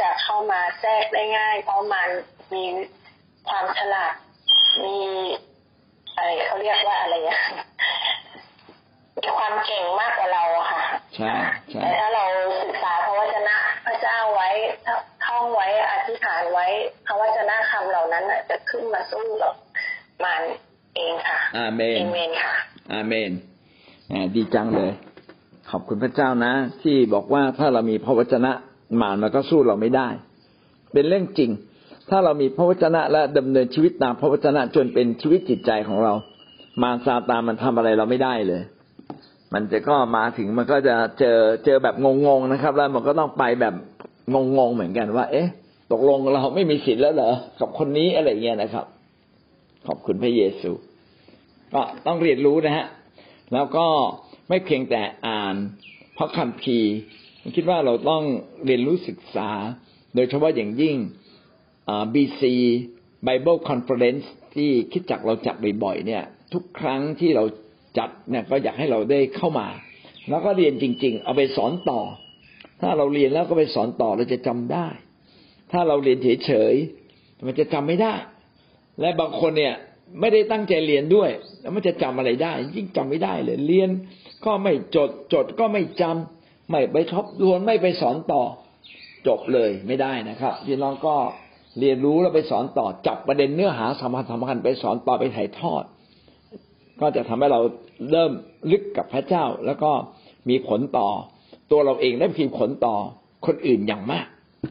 มาแทรกได้ง่ายเพราะมันมีความฉลาดมีอะไรเขาเรียกว่าอะไรอะมีความเก่งมากกว่าเราอะค่ะใช่ใช่แต่ถ้าเราศึกษาพระวจนะพระเจ้าไว้ท่องไว้อธิษฐานไว้พระวจนะคำเหล่านั้นจะขึ้นมาสู้กับมันเองค่ะอาเมนอาเมนค่ะอาเมนดีจังเลยขอบคุณพระเจ้านะที่บอกว่าถ้าเรามีพระวจนะมารมันก็สู้เราไม่ได้เป็นเรื่องจริงถ้าเรามีพระวจนะและดำเนินชีวิตตามพระวจนะจนเป็นชีวิตจิตใจของเรามารซาตานมันทำอะไรเราไม่ได้เลยมันจะก็มาถึงมันก็จะเจอเจอแบบงงๆนะครับแล้วมันก็ต้องไปแบบงงๆเหมือนกันว่าเอ๊ะตกลงเราไม่มีสิทธิ์แล้วเหรอกับคนนี้อะไรเงี้ยนะครับขอบคุณพระเยซูก็ต้องเรียนรู้นะฮะแล้วก็ไม่เพียงแต่อ่านพระคัมภีร์ผมคิดว่าเราต้องเรียนรู้ศึกษาโดยเฉพาะอย่างยิ่งอ่า บี ซี Bible Conference ที่คิดจักเราจัดบ่อยๆเนี่ยทุกครั้งที่เราจัดเนี่ยก็อยากให้เราได้เข้ามาแล้วก็เรียนจริงๆเอาไปสอนต่อถ้าเราเรียนแล้วก็ไปสอนต่อเราจะจำได้ถ้าเราเรียนเฉยๆมันจะจำไม่ได้และบางคนเนี่ยไม่ได้ตั้งใจเรียนด้วยแล้วมันจะจำอะไรได้ยิ่งจำไม่ได้เลยเรียนก็ไม่จดจดก็ไม่จำไม่ไปทบทวนไม่ไปสอนต่อจบเลยไม่ได้นะครับพี่น้องก็เรียนรู้แล้วไปสอนต่อจับประเด็นเนื้อหาสำคัญสำคัญไปสอนต่อไปถ่ายทอดก็จะทำให้เราเริ่มลึกกับพระเจ้าแล้วก็มีผลต่อตัวเราเองและมีผลต่อคนอื่นอย่างมาก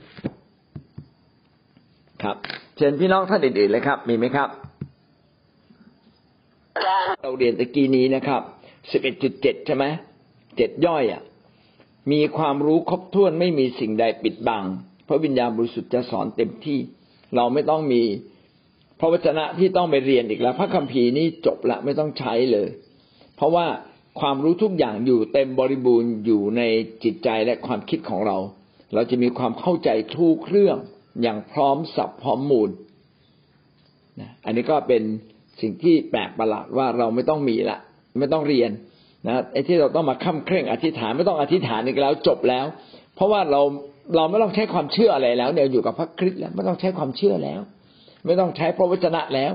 ครับเชิญพี่น้องท่านอื่นๆเลยครับมีไหมครับเราเรียนตะกี้นี้นะครับ สิบเอ็ดจุดเจ็ด ใช่ไหมเจ็ดย่อยอ่ะมีความรู้ครบถ้วนไม่มีสิ่งใดปิดบังพระวิญญาณบริสุทธิ์จะสอนเต็มที่เราไม่ต้องมีพระวจนะที่ต้องไปเรียนอีกแล้วพระคัมภีร์นี้จบละไม่ต้องใช้เลยเพราะว่าความรู้ทุกอย่างอยู่เต็มบริบูรณ์อยู่ในจิตใจและความคิดของเราเราจะมีความเข้าใจทุกเรื่องอย่างพร้อมสับพร้อมมูลนะอันนี้ก็เป็นสิ่งที่แปลกประหลาดว่าเราไม่ต้องมีละไม่ต้องเรียนนะไอ้ที่เราต้องมาค่ำเคร่งอธิษฐานไม่ต้องอธิษฐานอีกแล้วจบแล้วเพราะว่าเราเราไม่ต้องใช้ความเชื่ออะไรแล้วเนี่ยอยู่กับพระคริสต์แล้วไม่ต้องใช้ความเชื่อแล้วไม่ต้องใช้พระวจนะแล้ว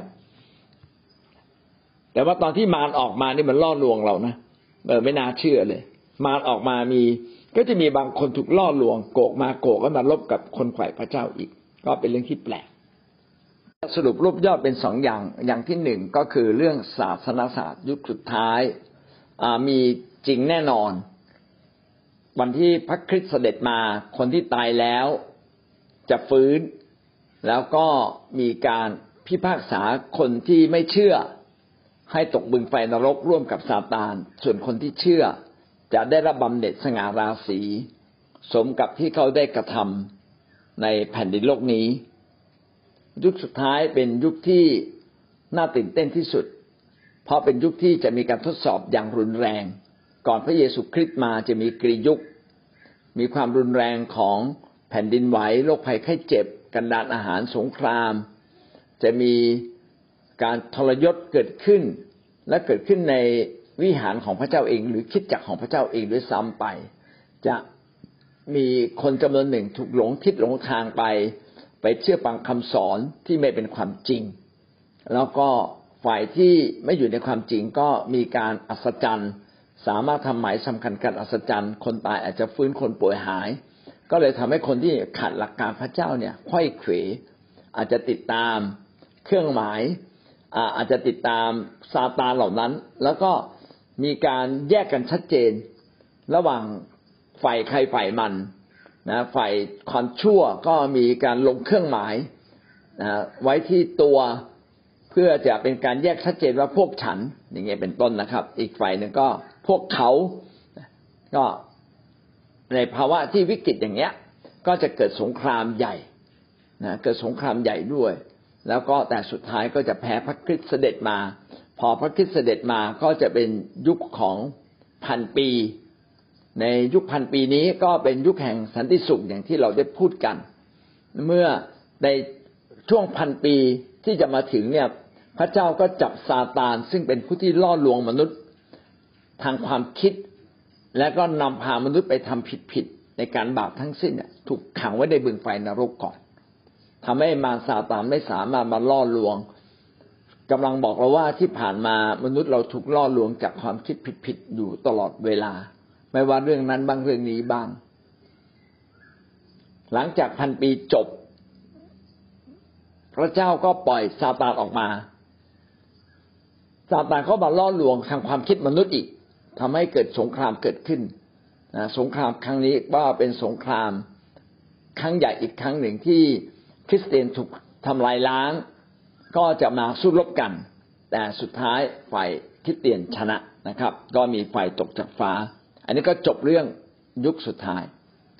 แต่ว่าตอนที่มารออกมานี่มันล่อลวงเรานะเออไม่น่าเชื่อเลยมารออกมามีก็จะมีบางคนถูกล่อลวงโกกมาโกกก็มาลบกับคนฝ่ายพระเจ้าอีกก็เป็นเรื่องที่แปลกสรุปรวบยอดเป็นสองอย่างอย่างที่หนึ่งก็คือเรื่องศาสนศาสตร์ยุคสุดท้ายมีจริงแน่นอนวันที่พระคริสต์เสด็จมาคนที่ตายแล้วจะฟื้นแล้วก็มีการพิพากษาคนที่ไม่เชื่อให้ตกบึงไฟนรกร่วมกับซาตานส่วนคนที่เชื่อจะได้รับบำเหน็จสง่าราศีสมกับที่เขาได้กระทำในแผ่นดินโลกนี้ยุคสุดท้ายเป็นยุคที่น่าตื่นเต้นที่สุดเพราะเป็นยุคที่จะมีการทดสอบอย่างรุนแรงก่อนพระเยซูคริสต์มาจะมีกรียุคมีความรุนแรงของแผ่นดินไหวโรคภัยไข้เจ็บกันดารอาหารสงครามจะมีการทรยศเกิดขึ้นและเกิดขึ้นในวิหารของพระเจ้าเองหรือคริสตจักรของพระเจ้าเองด้วยซ้ำไปจะมีคนจำนวนหนึ่งถูกหลงทิศหลงทางไปไปเชื่อฟังคำสอนที่ไม่เป็นความจริงแล้วก็ฝ่ายที่ไม่อยู่ในความจริงก็มีการอัศจรรย์สามารถทำหมายสำคัญการอัศจรรย์คนตายอาจจะฟื้นคนป่วยหายก็เลยทำให้คนที่ขัดหลักการพระเจ้าเนี่ยไขว้เขวอาจจะติดตามเครื่องหมายอาจจะติดตามซาตานเหล่านั้นแล้วก็มีการแยกกันชัดเจนระหว่างฝ่ายใครฝ่ายมันนะฝ่ายคนชั่วก็มีการลงเครื่องหมายนะไว้ที่ตัวเพื่อจะเป็นการแยกชัดเจนว่าพวกฉันอย่างเงี้ยเป็นต้นนะครับอีกฝ่ายหนึ่งก็พวกเขาก็ในภาวะที่วิกฤตอย่างเงี้ยก็จะเกิดสงครามใหญ่นะเกิดสงครามใหญ่ด้วยแล้วก็แต่สุดท้ายก็จะแพ้พระคริสต์เสด็จมาพอพระคริสต์เสด็จมาก็จะเป็นยุคของพันปีในยุคพันปีนี้ก็เป็นยุคแห่งสันติสุขอย่างที่เราได้พูดกันเมื่อในช่วงพันปีที่จะมาถึงเนี่ยพระเจ้าก็จับซาตานซึ่งเป็นผู้ที่ล่อลวงมนุษย์ทางความคิดและก็นำพามนุษย์ไปทำผิดในการบาปทั้งสิ้นถูกขังไว้ในบึงไฟนรกก่อนทำให้มารซาตานไม่สามารถมาล่อลวงกำลังบอกเราว่าที่ผ่านมามนุษย์เราถูกล่อลวงจากความคิดผิดๆอยู่ตลอดเวลาไม่ว่าเรื่องนั้นบ้างเรื่องนี้บ้างหลังจากพันปีจบพระเจ้าก็ปล่อยซาตานออกมาซาตานก็มาล่อลวงทางความคิดมนุษย์อีกทำให้เกิดสงครามเกิดขึ้นนะสงครามครั้งนี้ว่าเป็นสงครามครั้งใหญ่อีกครั้งหนึ่งที่คริสเตียนถูกทำลายล้างก็จะมาสู้รบกันแต่สุดท้ายฝ่ายคริสเตียนชนะนะครับก็มีไฟตกจากฟ้าอันนี้ก็จบเรื่องยุคสุดท้าย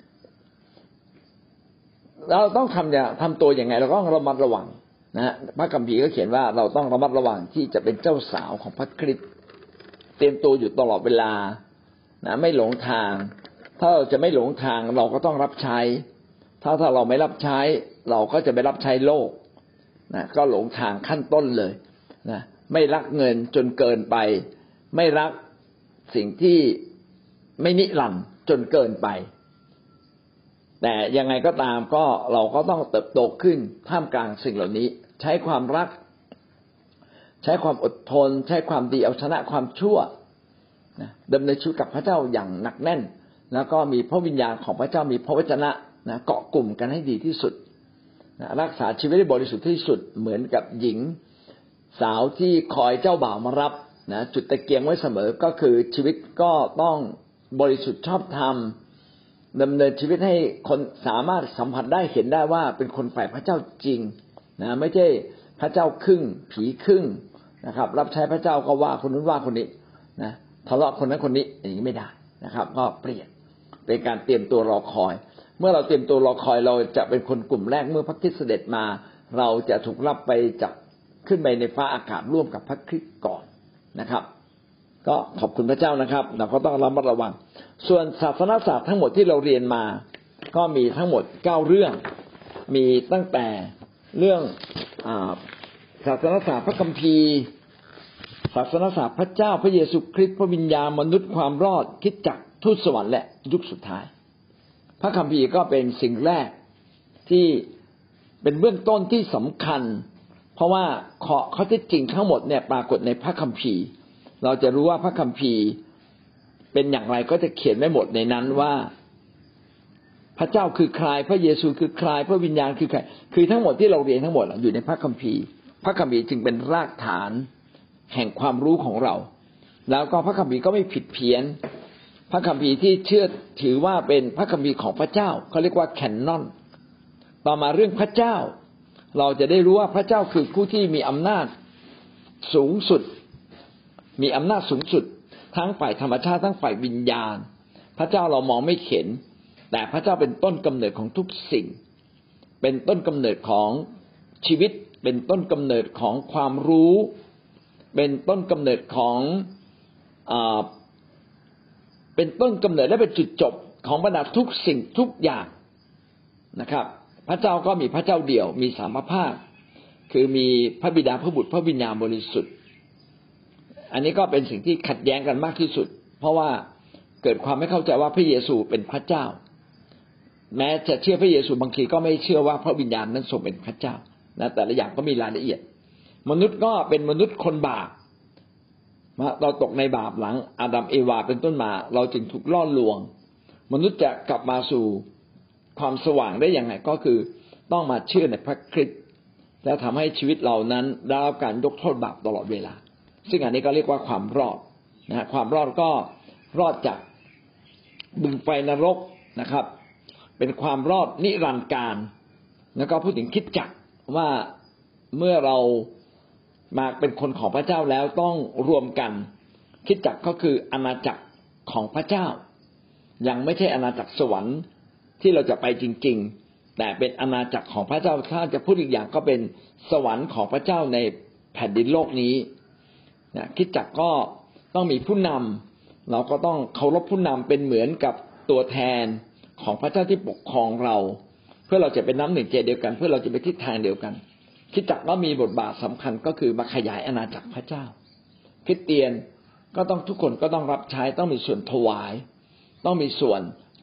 เราต้องทำอย่างทำตัวอย่างไงเราต้องระมัดระวังนะพระคัมภีร์ก็เขียนว่าเราต้องระมัดระวังที่จะเป็นเจ้าสาวของพระคริสต์เตรียมตัวอยู่ตลอดเวลานะไม่หลงทางถ้าเราจะไม่หลงทางเราก็ต้องรับใช้ถ้าถ้าเราไม่รับใช้เราก็จะไปรับใช้โลกนะก็หลงทางขั้นต้นเลยนะไม่รักเงินจนเกินไปไม่รักสิ่งที่ไม่นิรันดร์จนเกินไปแต่ยังไงก็ตามก็เราก็ต้องเติบโตขึ้นท่ามกลางสิ่งเหล่านี้ใช้ความรักใช้ความอดทนใช้ความดีเอาชนะความชั่วนะดำเนินชีวิตกับพระเจ้าอย่างหนักแน่นแล้วก็มีพระวิญญาณของพระเจ้ามีพระวจนะนะเกาะกลุ่มกันให้ดีที่สุดนะรักษาชีวิตให้บริสุทธิ์ที่สุดเหมือนกับหญิงสาวที่คอยเจ้าบ่าวมารับนะจุดตะเกียงไว้เสมอก็คือชีวิตก็ต้องบริสุทธิ์ชอบธรรมดำเนินชีวิตให้คนสามารถสัมผัสได้เห็นได้ว่าเป็นคนฝ่ายพระเจ้าจริงนะไม่ใช่พระเจ้าครึ่งผีครึ่งนะครับรับใช้พระเจ้าก็ว่าคนนู้นว่าคนนี้นะทะเลาะคนนั้นคนนี้อย่างนี้ไม่ได้นะครับก็เปลี่ยนเป็นการเตรียมตัวรอคอยเมื่อเราเตรียมตัวรอคอยเราจะเป็นคนกลุ่มแรกเมื่อพระคริสต์เสด็จมาเราจะถูกรับไปจากขึ้นไปในฟ้าอากาศร่วมกับพระคริสต์ก่อนนะครับก็ขอบคุณพระเจ้านะครับเราก็ต้องระมัดระวังส่วนศาสนศาสตร์ทั้งหมดที่เราเรียนมาก็มีทั้งหมดเก้าเรื่องมีตั้งแต่เรื่องอ่าศาสนศาสตร์พระคัมภีร์ศาสนศาสตร์พระเจ้าพระเยซูคริสต์พระวิญญาณมนุษย์ความรอดคริสตจักรทูตสวรรค์และยุคสุดท้ายพระคัมภีร์ก็เป็นสิ่งแรกที่เป็นเบื้องต้นที่สำคัญเพราะว่าข้อเท็จจริงทั้งหมดเนี่ยปรากฏในพระคัมภีร์เราจะรู้ว่าพระคัมภีร์เป็นอย่างไรก็จะเขียนไว้หมดในนั้นว่าพระเจ้าคือใครพระเยซูคือใครพระวิญญาณคือใครคือทั้งหมดที่เราเรียนทั้งหมดอยู่ในพระคัมภีร์พระคัมภีร์จึงเป็นรากฐานแห่งความรู้ของเราแล้วก็พระคัมภีร์ก็ไม่ผิดเพี้ยนพระคัมภีร์ที่เชื่อถือว่าเป็นพระคัมภีร์ของพระเจ้าเขาเรียกว่าแคนนอนต่อมาเรื่องพระเจ้าเราจะได้รู้ว่าพระเจ้าคือผู้ที่มีอำนาจสูงสุดมีอำนาจสูงสุดทั้งฝ่ายธรรมชาติทั้งฝ่ายวิญญาณพระเจ้าเรามองไม่เห็นแต่พระเจ้าเป็นต้นกำเนิดของทุกสิ่งเป็นต้นกำเนิดของชีวิตเป็นต้นกำเนิดของความรู้เป็นต้นกำเนิดของอ่าเป็นต้นกำเนิดและเป็นจุดจบของบรรดาทุกสิ่งทุกอย่างนะครับพระเจ้าก็มีพระเจ้าเดียวมีสามพระภาคคือมีพระบิดาพระบุตรพระวิญญาณบริสุทธิ์อันนี้ก็เป็นสิ่งที่ขัดแย้งกันมากที่สุดเพราะว่าเกิดความไม่เข้าใจว่าพระเยซูเป็นพระเจ้าแม้จะเชื่อพระเยซูบางทีก็ไม่เชื่อว่าพระวิญญาณนั้นทรงเป็นพระเจ้านะแต่ละอย่างก็มีรายละเอียดมนุษย์ก็เป็นมนุษย์คนบาปเราตกในบาปหลังอาดัมเอวาเป็นต้นมาเราจึงถูกล่อลวงมนุษย์จะกลับมาสู่ความสว่างได้อย่างไรก็คือต้องมาเชื่อในพระคริสต์และทำให้ชีวิตเรานั้นได้รับการยกโทษบาปตลอดเวลาซึ่งอันนี้ก็เรียกว่าความรอดนะความรอดก็รอดจากบึงไฟนรกนะครับเป็นความรอดนิรันดร์การแล้วก็พูดถึงคริสตจักรว่าเมื่อเรามาเป็นคนของพระเจ้าแล้วต้องรวมกันคริสตจักรก็คืออาณาจักรของพระเจ้ายังไม่ใช่อาณาจักรสวรรค์ที่เราจะไปจริงๆแต่เป็นอาณาจักรของพระเจ้าถ้าจะพูดอีกอย่างก็เป็นสวรรค์ของพระเจ้าในแผ่นดินโลกนี้นะคริสตจักรก็ต้องมีผู้นำเราก็ต้องเคารพผู้นำเป็นเหมือนกับตัวแทนของพระเจ้าที่ปกครองเราเพื่อเราจะเป็นน้ำหนึ่งใจเดียวกันเพื่อเราจะไปทิศทางเดียวกันคริสตจักรก็มีบทบาทสำคัญก็คือมาขยายอาณาจักรพระเจ้าคริสเตียนก็ต้องทุกคนก็ต้องรับใช้ต้องมีส่วนถวายต้องมีส่วน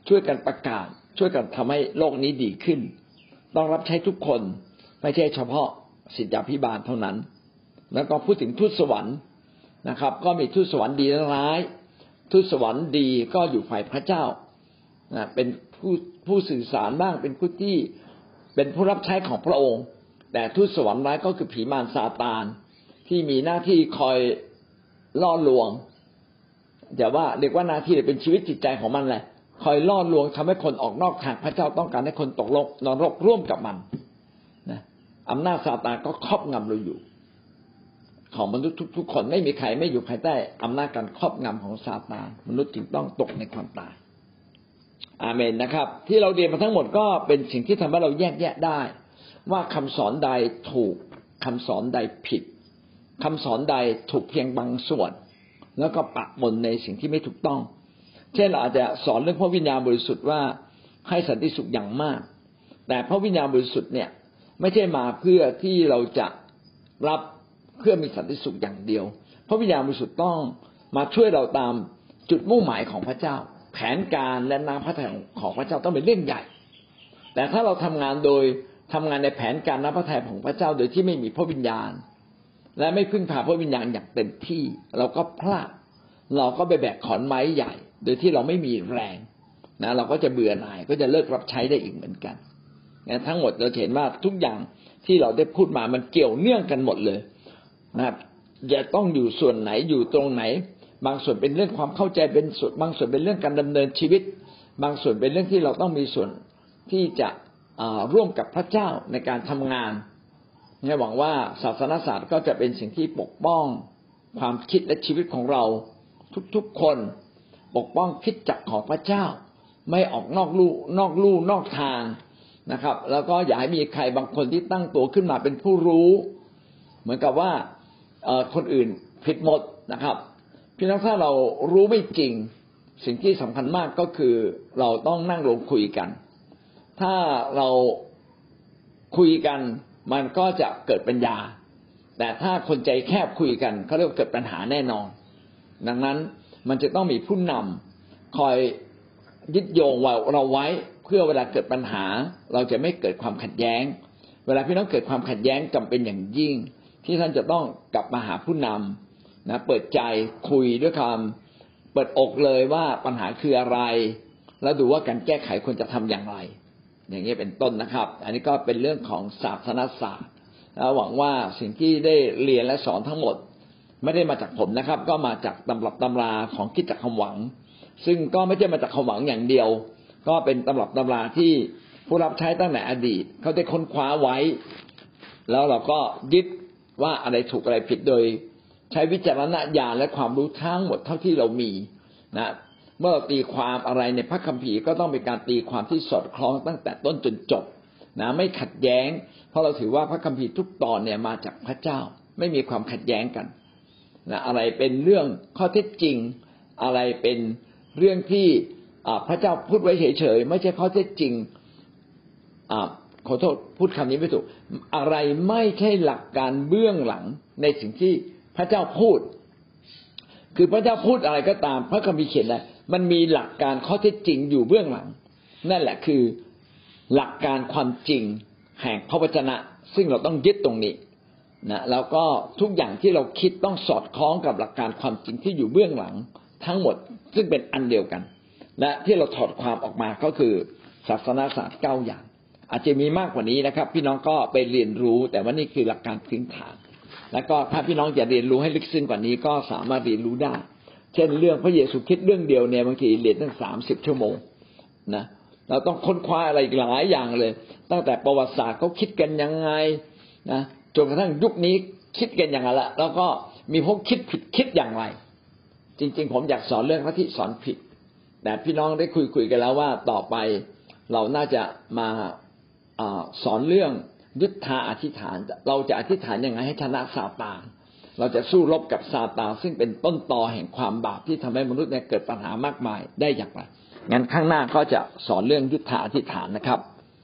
ช่วยกันประกาศช่วยกันทำให้โลกนี้ดีขึ้นต้องรับใช้ทุกคนไม่ใช่เฉพาะศิษยาภิบาลเท่านั้นแล้วก็พูดถึงทูตสวรรค์นะครับก็มีทูตสวรรค์ดีและร้ายทูตสวรรค์ดีก็อยู่ฝ่ายพระเจ้านะเป็นผู้ผู้สื่อสารบ้างเป็นผู้ที่เป็นผู้รับใช้ของพระองค์แต่ทูตสวรรค์ร้ายก็คือผีมารซาตานที่มีหน้าที่คอยล่อลวงอย่าว่าเรียกว่าหน้าที่เป็นชีวิตจิตใจของมันแหละคอยล่อลวงทำให้คนออกนอกทางพระเจ้าต้องการให้คนตกลงนรกร่วมกับมันนะอำนาจซาตานก็ครอบงำเราอยู่ของมนุษย์ทุกๆคนไม่มีใครไม่อยู่ภายใต้อำนาจการครอบงำของซาตานมนุษย์จึงต้องตกในความตายอาเมนนะครับที่เราเรียนมาทั้งหมดก็เป็นสิ่งที่ทำให้เราแยกแยะได้ว่าคำสอนใดถูกคำสอนใดผิดคำสอนใดถูกเพียงบางส่วนแล้วก็ปะปนในสิ่งที่ไม่ถูกต้องเช่นเราอาจจะสอนเรื่องพระวิญญาณบริสุทธิ์ว่าให้สันติสุขอย่างมากแต่พระวิญญาณบริสุทธิ์เนี่ยไม่ใช่มาเพื่อที่เราจะรับเพื่อมีสันติสุขอย่างเดียวพระวิญญาณบริสุทธิ์ต้องมาช่วยเราตามจุดมุ่งหมายของพระเจ้าแผนการและน้ำพระทัยของพระเจ้าต้องเป็นเรื่องใหญ่แต่ถ้าเราทำงานโดยทำงานในแผนการน้ำพระทัยของพระเจ้าโดยที่ไม่มีพระวิญญาณและไม่พึ่งพาพระวิญญาณอย่างเต็มที่เราก็พลาดเราก็ไปแบกขอนไม้ใหญ่โดยที่เราไม่มีแรงนะเราก็จะเบื่อหน่ายก็จะเลิกรับใช้ได้อีกเหมือนกันงั้นทั้งหมดเราเห็นว่าทุกอย่างที่เราได้พูดมามันเกี่ยวเนื่องกันหมดเลยนะครับจะต้องอยู่ส่วนไหนอยู่ตรงไหนบางส่วนเป็นเรื่องความเข้าใจเป็นส่วนบางส่วนเป็นเรื่องการดำเนินชีวิตบางส่วนเป็นเรื่องที่เราต้องมีส่วนที่จะร่วมกับพระเจ้าในการทำงานเนี่ยหวังว่าศาสนศาสตร์ก็จะเป็นสิ่งที่ปกป้องความคิดและชีวิตของเราทุกๆคนปกป้องคริสตจักรของพระเจ้าไม่ออกนอกลู่นอกลู่นอกทางนะครับแล้วก็อย่าให้มีใครบางคนที่ตั้งตัวขึ้นมาเป็นผู้รู้เหมือนกับว่าคนอื่นผิดหมดนะครับพี่น้องถ้าเรารู้ไม่จริงสิ่งที่สำคัญมากก็คือเราต้องนั่งลงคุยกันถ้าเราคุยกันมันก็จะเกิดปัญญาแต่ถ้าคนใจแคบคุยกันเขาเรียกว่าเกิดปัญหาแน่นอนดังนั้นมันจะต้องมีผู้นำคอยยึดโยงเราไว้เพื่อเวลาเกิดปัญหาเราจะไม่เกิดความขัดแย้งเวลาพี่น้องเกิดความขัดแย้งจำเป็นอย่างยิ่งที่ท่านจะต้องกลับมาหาผู้นำนะเปิดใจคุยด้วยความเปิดอกเลยว่าปัญหาคืออะไรแล้วดูว่าการแก้ไขควรจะทำอย่างไรอย่างนี้เป็นต้นนะครับอันนี้ก็เป็นเรื่องของศาสนศาสตร์แล้วหวังว่าสิ่งที่ได้เรียนและสอนทั้งหมดไม่ได้มาจากผมนะครับก็มาจากตำรับตำราของคริสตจักรคำหวังซึ่งก็ไม่ใช่มาจากคำหวังอย่างเดียวก็เป็นตำรับตำราที่ผู้รับใช้ตั้งแต่อดีตเขาได้ค้นคว้าไว้แล้วเราก็ยึดว่าอะไรถูกอะไรผิดโดยใช้วิจารณญาณและความรู้ทั้งหมดเท่าที่เรามีนะเมื่อเราตีความอะไรในพระคัมภีร์ก็ต้องเป็นการตีความที่สอดคล้องตั้งแต่ต้นจนจบนะไม่ขัดแย้งเพราะเราถือว่าพระคัมภีร์ทุกตอนเนี่ยมาจากพระเจ้าไม่มีความขัดแย้งกันนะอะไรเป็นเรื่องข้อเท็จจริงอะไรเป็นเรื่องที่พระเจ้าพูดไว้เฉยๆไม่ใช่ข้อเท็จจริงขอโทษพูดคำนี้ไม่ถูกอะไรไม่ใช่หลักการเบื้องหลังในสิ่งที่พระเจ้าพูดคือพระเจ้าพูดอะไรก็ตามพระคัมภีร์เขียนอะไรมันมีหลักการข้อเท็จจริงอยู่เบื้องหลังนั่นแหละคือหลักการความจริงแห่งพระวจนะซึ่งเราต้องยึดตรงนี้นะแล้วก็ทุกอย่างที่เราคิดต้องสอดคล้องกับหลักการความจริงที่อยู่เบื้องหลังทั้งหมดซึ่งเป็นอันเดียวกันและที่เราถอดความออกมาก็คือศาสนศาสตร์เก้าอย่างอาจจะมีมากกว่านี้นะครับพี่น้องก็ไปเรียนรู้แต่ว่านี่คือหลักการพื้นฐานแล้วก็ถ้าพี่น้องจะเรียนรู้ให้ลึกซึ้งกว่านี้ก็สามารถเรียนรู้ได้เช่นเรื่องพระเยซูคริสต์เรื่องเดียวเนี่ยบางทีเรียนตั้งสามสิบชั่วโมงนะเราต้องค้นคว้าอะไรอีกหลายอย่างเลยตั้งแต่ประวัติศาสตร์เขาคิดกันยังไงนะจนกระทั่งยุคนี้คิดกันอย่างไรละแล้วก็มีพวกคิดผิดคิดอย่างไรจริงๆผมอยากสอนเรื่องพระที่สอนผิดแต่พี่น้องได้คุยๆกันแล้วว่าต่อไปเราน่าจะมาสอนเรื่องยุทธาอธิษฐานเราจะอธิษฐานยังไงให้ชนะซาตานเราจะสู้รบกับซาตานซึ่งเป็นต้นตอแห่งความบาปที่ทำให้มนุษย์เนี่ยเกิดปัญหามากมายได้อย่างไรงั้นข้างหน้าก็จะสอนเรื่องยุทธาอธิษฐานนะครับ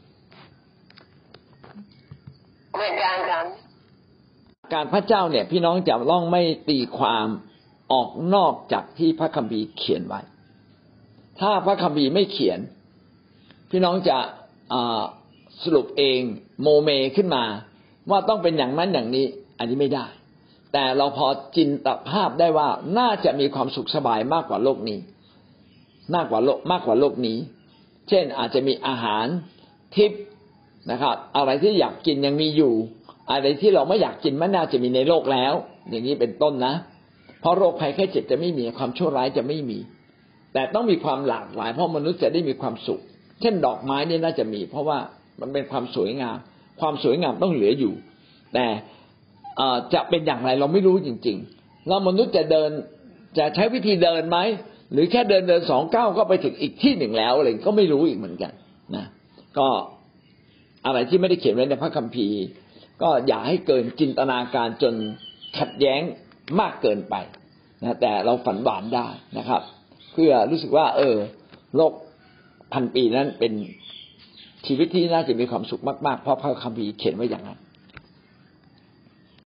เหมือนกันครับการพระเจ้าเนี่ยพี่น้องจะต้องไม่ตีความออกนอกจากที่พระคัมภีร์เขียนไว้ถ้าพระคัมภีร์ไม่เขียนพี่น้องจะสรุปเองโมเมขึ้นมาว่าต้องเป็นอย่างนั้นอย่างนี้อันนี้ไม่ได้แต่เราพอจินตภาพได้ว่าน่าจะมีความสุขสบายมากกว่าโลกนี้มากกว่าโลกมากกว่าโลกนี้เช่นอาจจะมีอาหารทิพย์นะครับอะไรที่อยากกินยังมีอยู่อะไรที่เราไม่อยากกินมันน่าจะมีในโลกแล้วอย่างนี้เป็นต้นนะเพราะโรคภัยแค่เจ็บจะไม่มีความชั่วร้ายจะไม่มีแต่ต้องมีความหลากหลายเพราะมนุษย์จะได้มีความสุขเช่นดอกไม้นี่น่าจะมีเพราะว่ามันเป็นความสวยงามความสวยงามต้องเหลืออยู่แต่จะเป็นอย่างไรเราไม่รู้จริงๆแล้วมนุษย์จะเดินจะใช้วิธีเดินไหมหรือแค่เดินเดินสองก้าวก็ไปถึงอีกที่หนึ่งแล้วอะไรก็ไม่รู้อีกเหมือนกันนะก็อะไรที่ไม่ได้เขียนไว้ในพระคัมภีร์ก็อย่าให้เกินจินตนาการจนขัดแย้งมากเกินไปนะแต่เราฝันหวานได้นะครับเพื่อรู้สึกว่าเออโลกพันปีนั้นเป็นชีวิตที่น่าจะมีความสุขมากๆเพราะพระคัมภีร์เขียนไว้อย่างนั้น